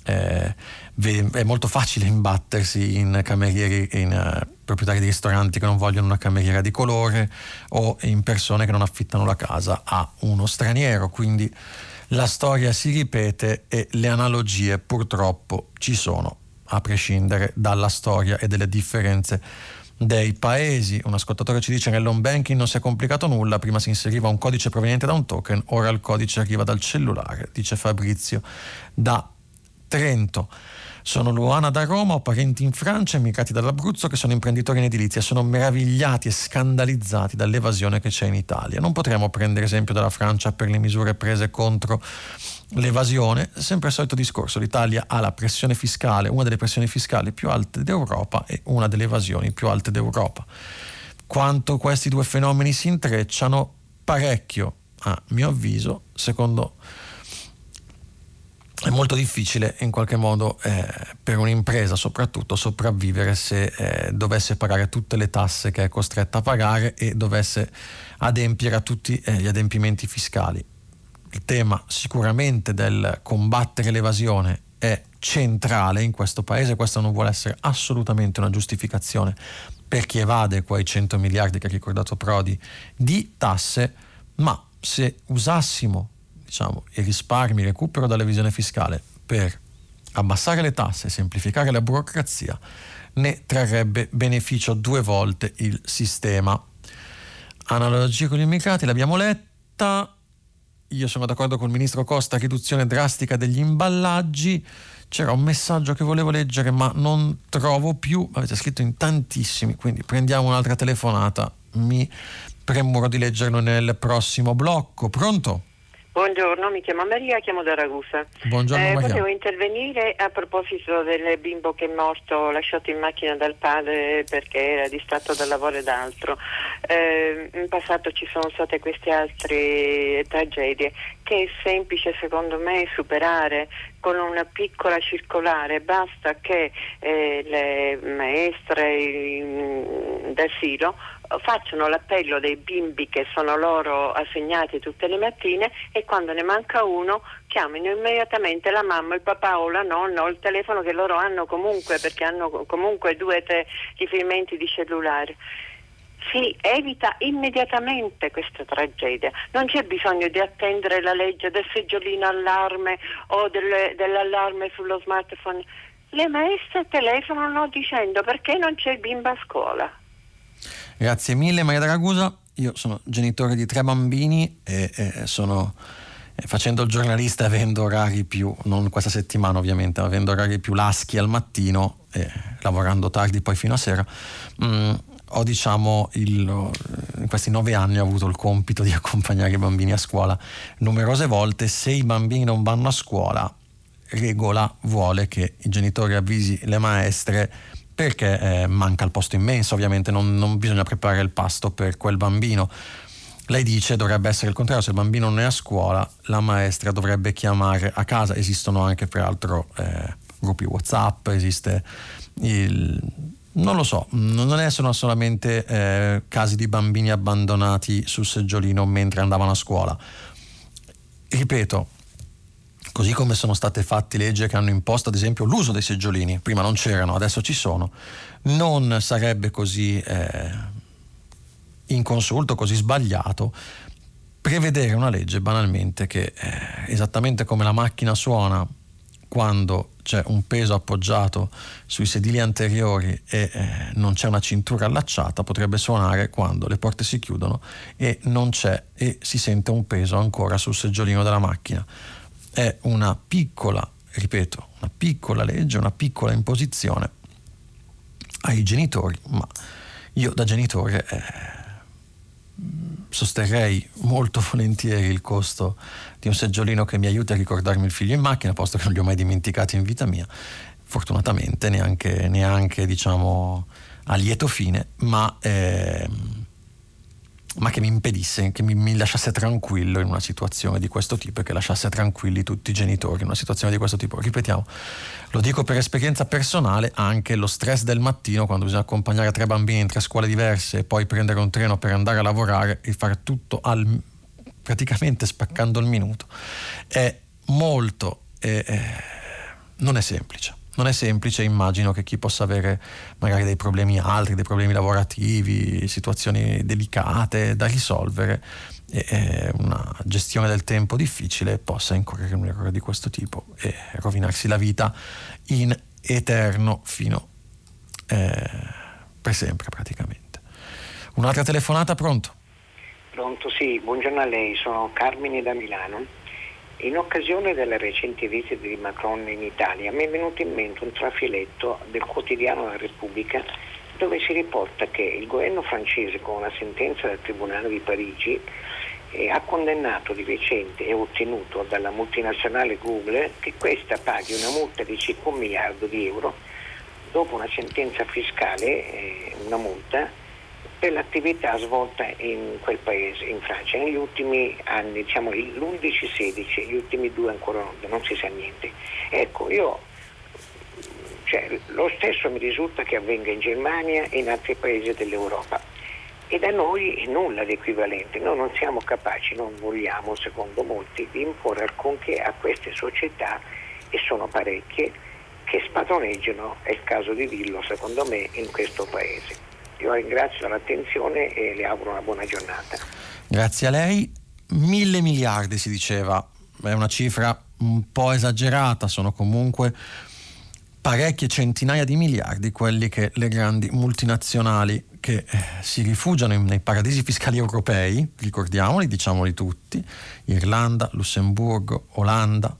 è molto facile imbattersi in camerieri, in proprietari di ristoranti che non vogliono una cameriera di colore, o in persone che non affittano la casa a uno straniero. Quindi la storia si ripete e le analogie purtroppo ci sono, a prescindere dalla storia e delle differenze dei paesi. Un ascoltatore ci dice: nell'home banking non si è complicato nulla, prima si inseriva un codice proveniente da un token, ora il codice arriva dal cellulare, dice Fabrizio da Trento. Sono Luana da Roma, ho parenti in Francia, emigrati dall'Abruzzo, che sono imprenditori in edilizia, sono meravigliati e scandalizzati dall'evasione che c'è in Italia. Non potremmo prendere esempio dalla Francia per le misure prese contro l'evasione? Sempre il solito discorso, l'Italia ha la pressione fiscale, una delle pressioni fiscali più alte d'Europa e una delle evasioni più alte d'Europa. Quanto questi due fenomeni si intrecciano? Parecchio, a mio avviso. Secondo è molto difficile in qualche modo per un'impresa soprattutto sopravvivere se dovesse pagare tutte le tasse che è costretta a pagare e dovesse adempiere a tutti gli adempimenti fiscali. Il tema sicuramente del combattere l'evasione è centrale in questo paese. Questo non vuole essere assolutamente una giustificazione per chi evade quei 100 miliardi che ha ricordato Prodi di tasse, ma se usassimo il risparmio, il recupero dall'evasione fiscale per abbassare le tasse e semplificare la burocrazia, ne trarrebbe beneficio due volte il sistema. Analogia con gli immigrati l'abbiamo letta. Io sono d'accordo con il ministro Costa, riduzione drastica degli imballaggi. C'era un messaggio che volevo leggere ma non trovo più, avete scritto in tantissimi, quindi prendiamo un'altra telefonata, mi premuro di leggerlo nel prossimo blocco. Pronto? Buongiorno, mi chiamo Maria, chiamo da Ragusa. Buongiorno Maria. Volevo intervenire a proposito del bimbo che è morto lasciato in macchina dal padre perché era distratto dal lavoro ed altro. In passato ci sono state queste altre tragedie che è semplice secondo me superare con una piccola circolare. Basta che le maestre d'asilo facciano l'appello dei bimbi che sono loro assegnati tutte le mattine, e quando ne manca uno chiamino immediatamente la mamma, il papà o la nonna o il telefono che loro hanno comunque, perché hanno comunque 2 o 3 riferimenti di cellulare. Si evita immediatamente questa tragedia. Non c'è bisogno di attendere la legge del seggiolino allarme o dell'allarme sullo smartphone. Le maestre telefonano dicendo: perché non c'è il bimbo a scuola? Grazie mille Maria da Ragusa. Io sono genitore di 3 bambini e sono facendo il giornalista, avendo orari più, non questa settimana ovviamente, ma avendo orari più laschi al mattino e lavorando tardi poi fino a sera, ho in questi 9 anni ho avuto il compito di accompagnare i bambini a scuola numerose volte. Se i bambini non vanno a scuola, regola vuole che i genitori avvisi le maestre, perché manca il posto in mensa, ovviamente non bisogna preparare il pasto per quel bambino. Lei dice dovrebbe essere il contrario: se il bambino non è a scuola la maestra dovrebbe chiamare a casa. Esistono anche peraltro gruppi WhatsApp, esiste non lo so, non sono solamente casi di bambini abbandonati sul seggiolino mentre andavano a scuola. Ripeto, così come sono state fatte leggi che hanno imposto ad esempio l'uso dei seggiolini, prima non c'erano, adesso ci sono, non sarebbe così inconsulto, così sbagliato prevedere una legge banalmente che esattamente come la macchina suona quando c'è un peso appoggiato sui sedili anteriori e non c'è una cintura allacciata, potrebbe suonare quando le porte si chiudono e non c'è e si sente un peso ancora sul seggiolino della macchina. È una piccola legge, una piccola imposizione ai genitori, ma io da genitore sosterrei molto volentieri il costo di un seggiolino che mi aiuti a ricordarmi il figlio in macchina, posto che non li ho mai dimenticati in vita mia, fortunatamente neanche diciamo a lieto fine, ma ma che mi impedisse, che mi lasciasse tranquillo in una situazione di questo tipo e che lasciasse tranquilli tutti i genitori in una situazione di questo tipo. Ripetiamo, lo dico per esperienza personale, anche lo stress del mattino quando bisogna accompagnare 3 bambini in 3 scuole diverse e poi prendere un treno per andare a lavorare e fare tutto praticamente spaccando il minuto è molto non è semplice. Non è semplice, immagino che chi possa avere magari dei problemi altri, dei problemi lavorativi, situazioni delicate da risolvere, una gestione del tempo difficile, possa incorrere in un errore di questo tipo e rovinarsi la vita in eterno fino per sempre praticamente. Un'altra telefonata, pronto? Pronto, sì, buongiorno a lei, sono Carmine da Milano. In occasione della recente visita di Macron in Italia mi è venuto in mente un trafiletto del quotidiano La Repubblica dove si riporta che il governo francese, con una sentenza del Tribunale di Parigi, ha condannato di recente e ottenuto dalla multinazionale Google che questa paghi una multa di circa 1 miliardo di euro dopo una sentenza fiscale, una multa per l'attività svolta in quel paese, in Francia. Negli ultimi anni, diciamo l'11-16, gli ultimi 2 ancora non si sa niente. Ecco, lo stesso mi risulta che avvenga in Germania e in altri paesi dell'Europa. E da noi nulla di equivalente. Noi non siamo capaci, non vogliamo, secondo molti, di imporre alcunché a queste società, e sono parecchie, che spadroneggiano, è il caso di dirlo, secondo me, in questo paese. Io ringrazio per l'attenzione e le auguro una buona giornata. Grazie a lei. 1.000 miliardi si diceva, è una cifra un po' esagerata, sono comunque parecchie centinaia di miliardi quelli che le grandi multinazionali che si rifugiano nei paradisi fiscali europei, ricordiamoli, diciamoli tutti, Irlanda, Lussemburgo, Olanda,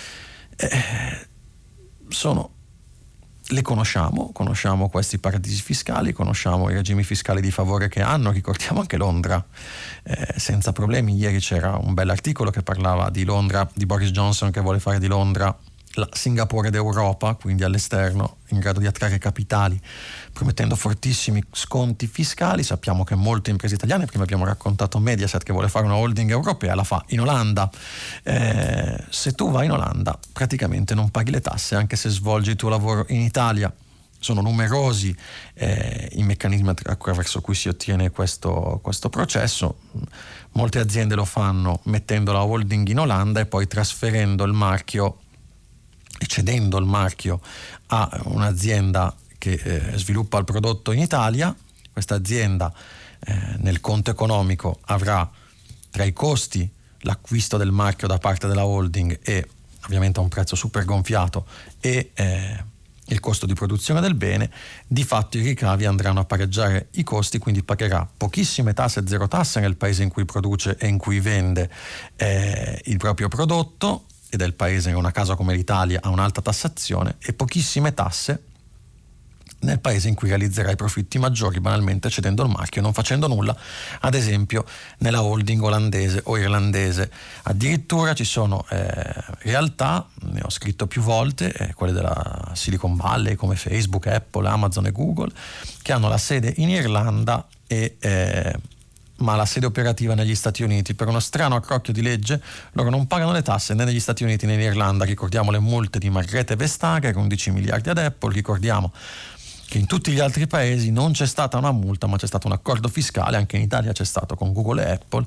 le conosciamo questi paradisi fiscali, conosciamo i regimi fiscali di favore che hanno, ricordiamo anche Londra, senza problemi. Ieri c'era un bell'articolo che parlava di Londra, di Boris Johnson che vuole fare di Londra la Singapore d'Europa, quindi all'esterno, in grado di attrarre capitali, promettendo fortissimi sconti fiscali. Sappiamo che molte imprese italiane, prima abbiamo raccontato Mediaset che vuole fare una holding europea, la fa in Olanda. Se tu vai in Olanda praticamente non paghi le tasse anche se svolgi il tuo lavoro in Italia. Sono numerosi i meccanismi attraverso cui si ottiene questo processo. Molte aziende lo fanno mettendo la holding in Olanda e poi trasferendo il marchio e cedendo il marchio a un'azienda che sviluppa il prodotto in Italia. Questa azienda nel conto economico avrà tra i costi l'acquisto del marchio da parte della holding e ovviamente a un prezzo super gonfiato e il costo di produzione del bene. Di fatto i ricavi andranno a pareggiare i costi, quindi pagherà pochissime tasse, 0 tasse nel paese in cui produce e in cui vende il proprio prodotto, ed è il paese, in una casa come l'Italia, ha un'alta tassazione, e pochissime tasse nel paese in cui realizzerà i profitti maggiori, banalmente cedendo il marchio e non facendo nulla, ad esempio nella holding olandese o irlandese. Addirittura ci sono realtà, ne ho scritto più volte, quelle della Silicon Valley come Facebook, Apple, Amazon e Google, che hanno la sede in Irlanda ma la sede operativa negli Stati Uniti. Per uno strano accrocchio di legge loro non pagano le tasse né negli Stati Uniti né in Irlanda. Ricordiamo le multe di Margrethe Vestager, 11 miliardi ad Apple. Ricordiamo che in tutti gli altri paesi non c'è stata una multa, ma c'è stato un accordo fiscale, anche in Italia c'è stato con Google e Apple,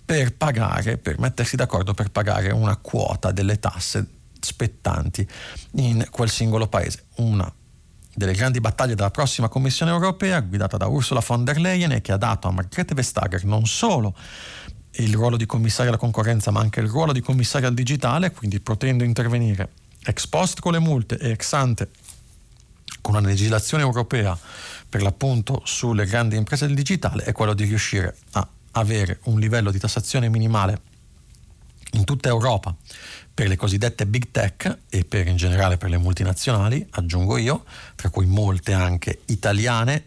per mettersi d'accordo per pagare una quota delle tasse spettanti in quel singolo paese. Una delle grandi battaglie della prossima Commissione europea, guidata da Ursula von der Leyen, e che ha dato a Margrethe Vestager non solo il ruolo di commissaria alla concorrenza, ma anche il ruolo di commissaria al digitale, quindi potendo intervenire ex post con le multe e ex ante con una legislazione europea per l'appunto sulle grandi imprese del digitale, è quello di riuscire a avere un livello di tassazione minimale in tutta Europa per le cosiddette big tech e in generale per le multinazionali, aggiungo io, tra cui molte anche italiane,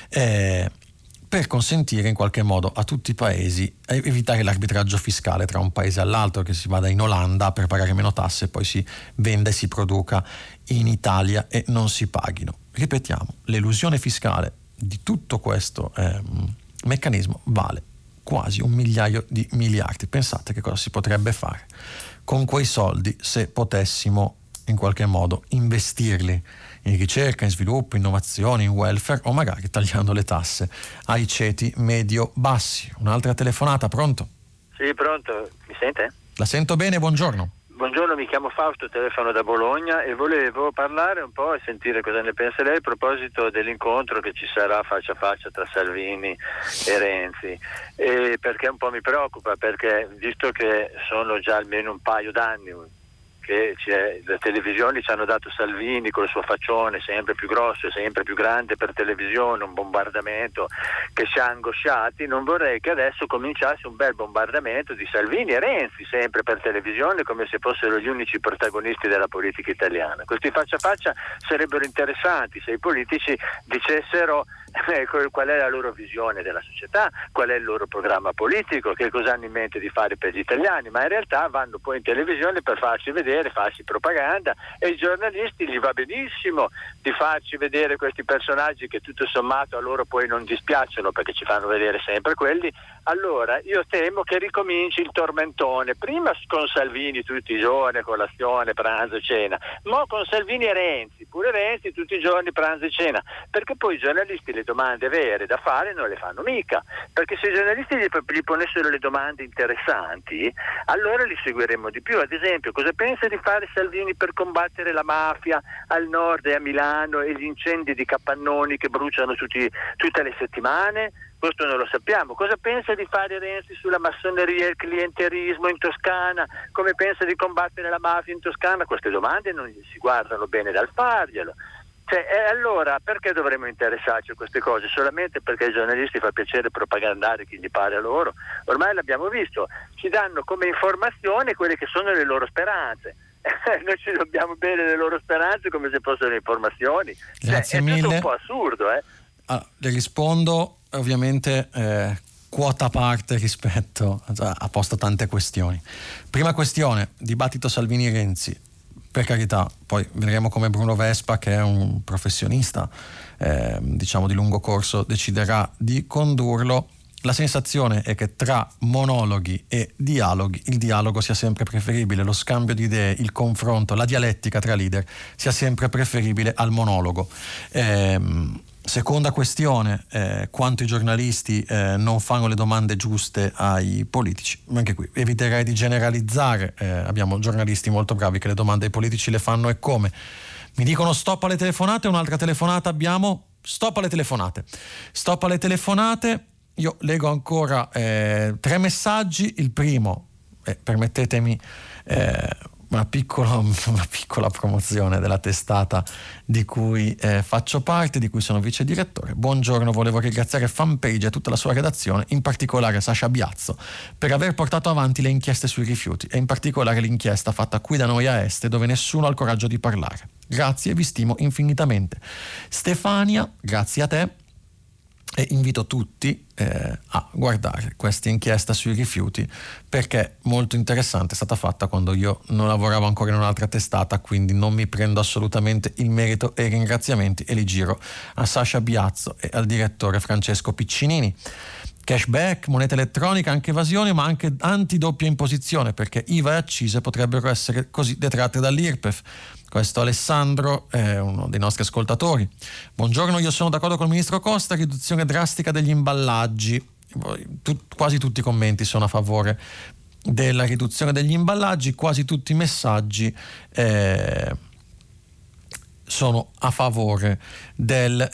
per consentire in qualche modo a tutti i paesi evitare l'arbitraggio fiscale tra un paese all'altro, che si vada in Olanda per pagare meno tasse e poi si venda e si produca in Italia e non si paghino. Ripetiamo, l'elusione fiscale di tutto questo meccanismo vale quasi 1 migliaio di miliardi. Pensate che cosa si potrebbe fare con quei soldi se potessimo in qualche modo investirli in ricerca, in sviluppo, innovazione, in welfare, o magari tagliando le tasse ai ceti medio-bassi. Un'altra telefonata, pronto? Sì, pronto, mi sente? La sento bene, buongiorno. Buongiorno, mi chiamo Fausto, telefono da Bologna e volevo parlare un po' e sentire cosa ne pensa lei a proposito dell'incontro che ci sarà faccia a faccia tra Salvini e Renzi, perché un po' mi preoccupa, perché visto che sono già almeno un paio d'anni che le televisioni ci hanno dato Salvini con il suo faccione sempre più grosso e sempre più grande per televisione, un bombardamento che ci ha angosciati, non vorrei che adesso cominciasse un bel bombardamento di Salvini e Renzi sempre per televisione, come se fossero gli unici protagonisti della politica italiana. Questi faccia a faccia sarebbero interessanti se i politici dicessero qual è la loro visione della società, qual è il loro programma politico, che cosa hanno in mente di fare per gli italiani, ma in realtà vanno poi in televisione per farci vedere, farci propaganda, e ai giornalisti gli va benissimo di farci vedere questi personaggi che tutto sommato a loro poi non dispiacciono perché ci fanno vedere sempre quelli. Allora io temo che ricominci il tormentone, prima con Salvini tutti i giorni, colazione, pranzo e cena, ma con Salvini e Renzi, pure Renzi tutti i giorni pranzo e cena, perché poi i giornalisti le domande vere da fare non le fanno mica, perché se i giornalisti gli ponessero le domande interessanti allora li seguiremmo di più. Ad esempio, cosa pensa di fare Salvini per combattere la mafia al nord e a Milano e gli incendi di capannoni che bruciano tutte le settimane? Questo non lo sappiamo. Cosa pensa di fare Renzi sulla massoneria e il clientelismo in Toscana? Come pensa di combattere la mafia in Toscana? Queste domande non gli si guardano bene dal farglielo. Allora perché dovremmo interessarci a queste cose? Solamente perché ai giornalisti fa piacere propagandare chi gli pare a loro? Ormai l'abbiamo visto, ci danno come informazione quelle che sono le loro speranze. Noi ci dobbiamo bene le loro speranze come se fossero informazioni. Grazie è mille. tutto un po' assurdo. Allora, le rispondo ovviamente quota parte rispetto ha posto tante questioni. Prima questione, dibattito Salvini-Renzi. Per carità, poi vedremo come Bruno Vespa, che è un professionista diciamo di lungo corso, deciderà di condurlo. La sensazione è che tra monologhi e dialoghi il dialogo sia sempre preferibile, lo scambio di idee, il confronto, la dialettica tra leader sia sempre preferibile al monologo. Seconda questione, quanto i giornalisti non fanno le domande giuste ai politici. Anche qui eviterei di generalizzare, abbiamo giornalisti molto bravi che le domande ai politici le fanno e come. Mi dicono stop alle telefonate, un'altra telefonata abbiamo, stop alle telefonate, io leggo ancora 3 messaggi. Il primo, permettetemi una piccola promozione della testata di cui faccio parte, di cui sono vice direttore. Buongiorno, volevo ringraziare Fanpage e tutta la sua redazione, in particolare Sasha Biazzo, per aver portato avanti le inchieste sui rifiuti e in particolare l'inchiesta fatta qui da noi a Este, dove nessuno ha il coraggio di parlare. Grazie, vi stimo infinitamente. Stefania, grazie a te. E invito tutti a guardare questa inchiesta sui rifiuti, perché molto interessante, è stata fatta quando io non lavoravo ancora in un'altra testata, quindi non mi prendo assolutamente il merito e i ringraziamenti e li giro a Sasha Biazzo e al direttore Francesco Piccinini. Cashback, moneta elettronica, anche evasione, ma anche antidoppia imposizione, perché IVA e accise potrebbero essere così detratte dall'IRPEF. Questo Alessandro è uno dei nostri ascoltatori. Buongiorno, io sono d'accordo con il ministro Costa, riduzione drastica degli imballaggi. Quasi tutti i commenti sono a favore della riduzione degli imballaggi, quasi tutti i messaggi sono a favore del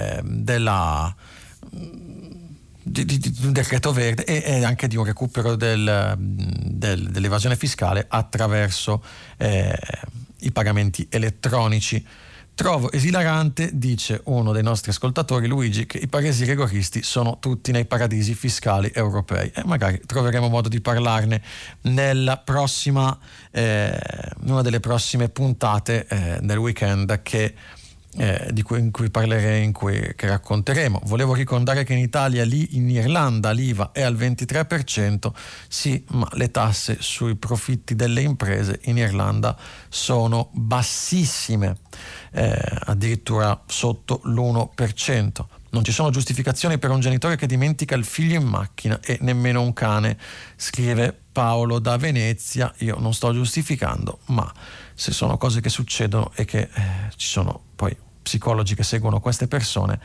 decreto verde e anche di un recupero dell'evasione fiscale attraverso i pagamenti elettronici. Trovo esilarante, dice uno dei nostri ascoltatori, Luigi, che i paesi rigoristi sono tutti nei paradisi fiscali europei, e magari troveremo modo di parlarne nella prossima una delle prossime puntate del weekend in cui parlerei, che racconteremo. Volevo ricordare che in Italia, in Irlanda l'IVA è al 23%, sì, ma le tasse sui profitti delle imprese in Irlanda sono bassissime, addirittura sotto l'1%. Non ci sono giustificazioni per un genitore che dimentica il figlio in macchina e nemmeno un cane, scrive Paolo da Venezia. Io non sto giustificando, ma se sono cose che succedono e che ci sono poi psicologi che seguono queste persone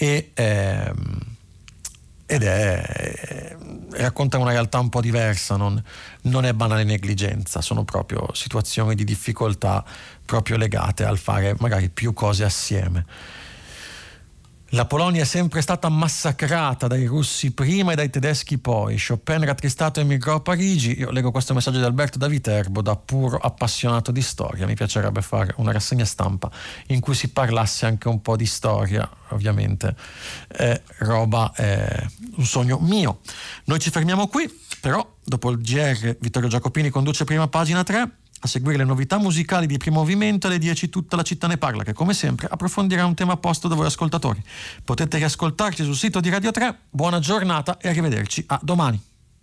racconta una realtà un po' diversa, non è banale negligenza, sono proprio situazioni di difficoltà proprio legate al fare magari più cose assieme. La Polonia è sempre stata massacrata dai russi prima e dai tedeschi poi. Chopin rattristato emigrò a Parigi. Io leggo questo messaggio di Alberto da Viterbo, da puro appassionato di storia. Mi piacerebbe fare una rassegna stampa in cui si parlasse anche un po' di storia, ovviamente è un sogno mio. Noi ci fermiamo qui, però dopo il GR Vittorio Giacopini conduce Prima Pagina 3. A seguire le novità musicali di Primo Movimento, alle 10 tutta la città ne parla, che come sempre approfondirà un tema posto da voi ascoltatori. Potete riascoltarci sul sito di Radio 3. Buona giornata e arrivederci a domani.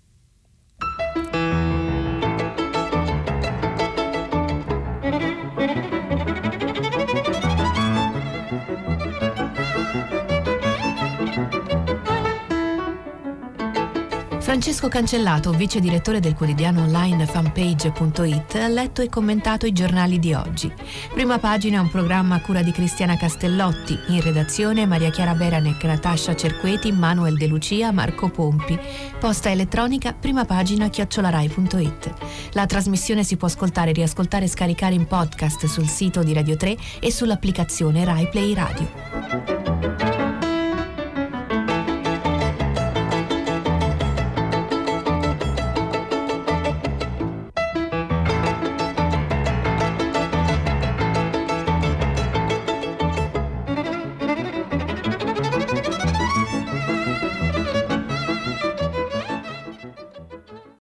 Francesco Cancellato, vice direttore del quotidiano online fanpage.it, ha letto e commentato i giornali di oggi. Prima Pagina è un programma a cura di Cristiana Castellotti, in redazione Maria Chiara Beranec, Natascia Cerqueti, Manuel De Lucia, Marco Pompi. Posta elettronica primapagina@rai.it. La trasmissione si può ascoltare, riascoltare e scaricare in podcast sul sito di Radio 3 e sull'applicazione Rai Play Radio.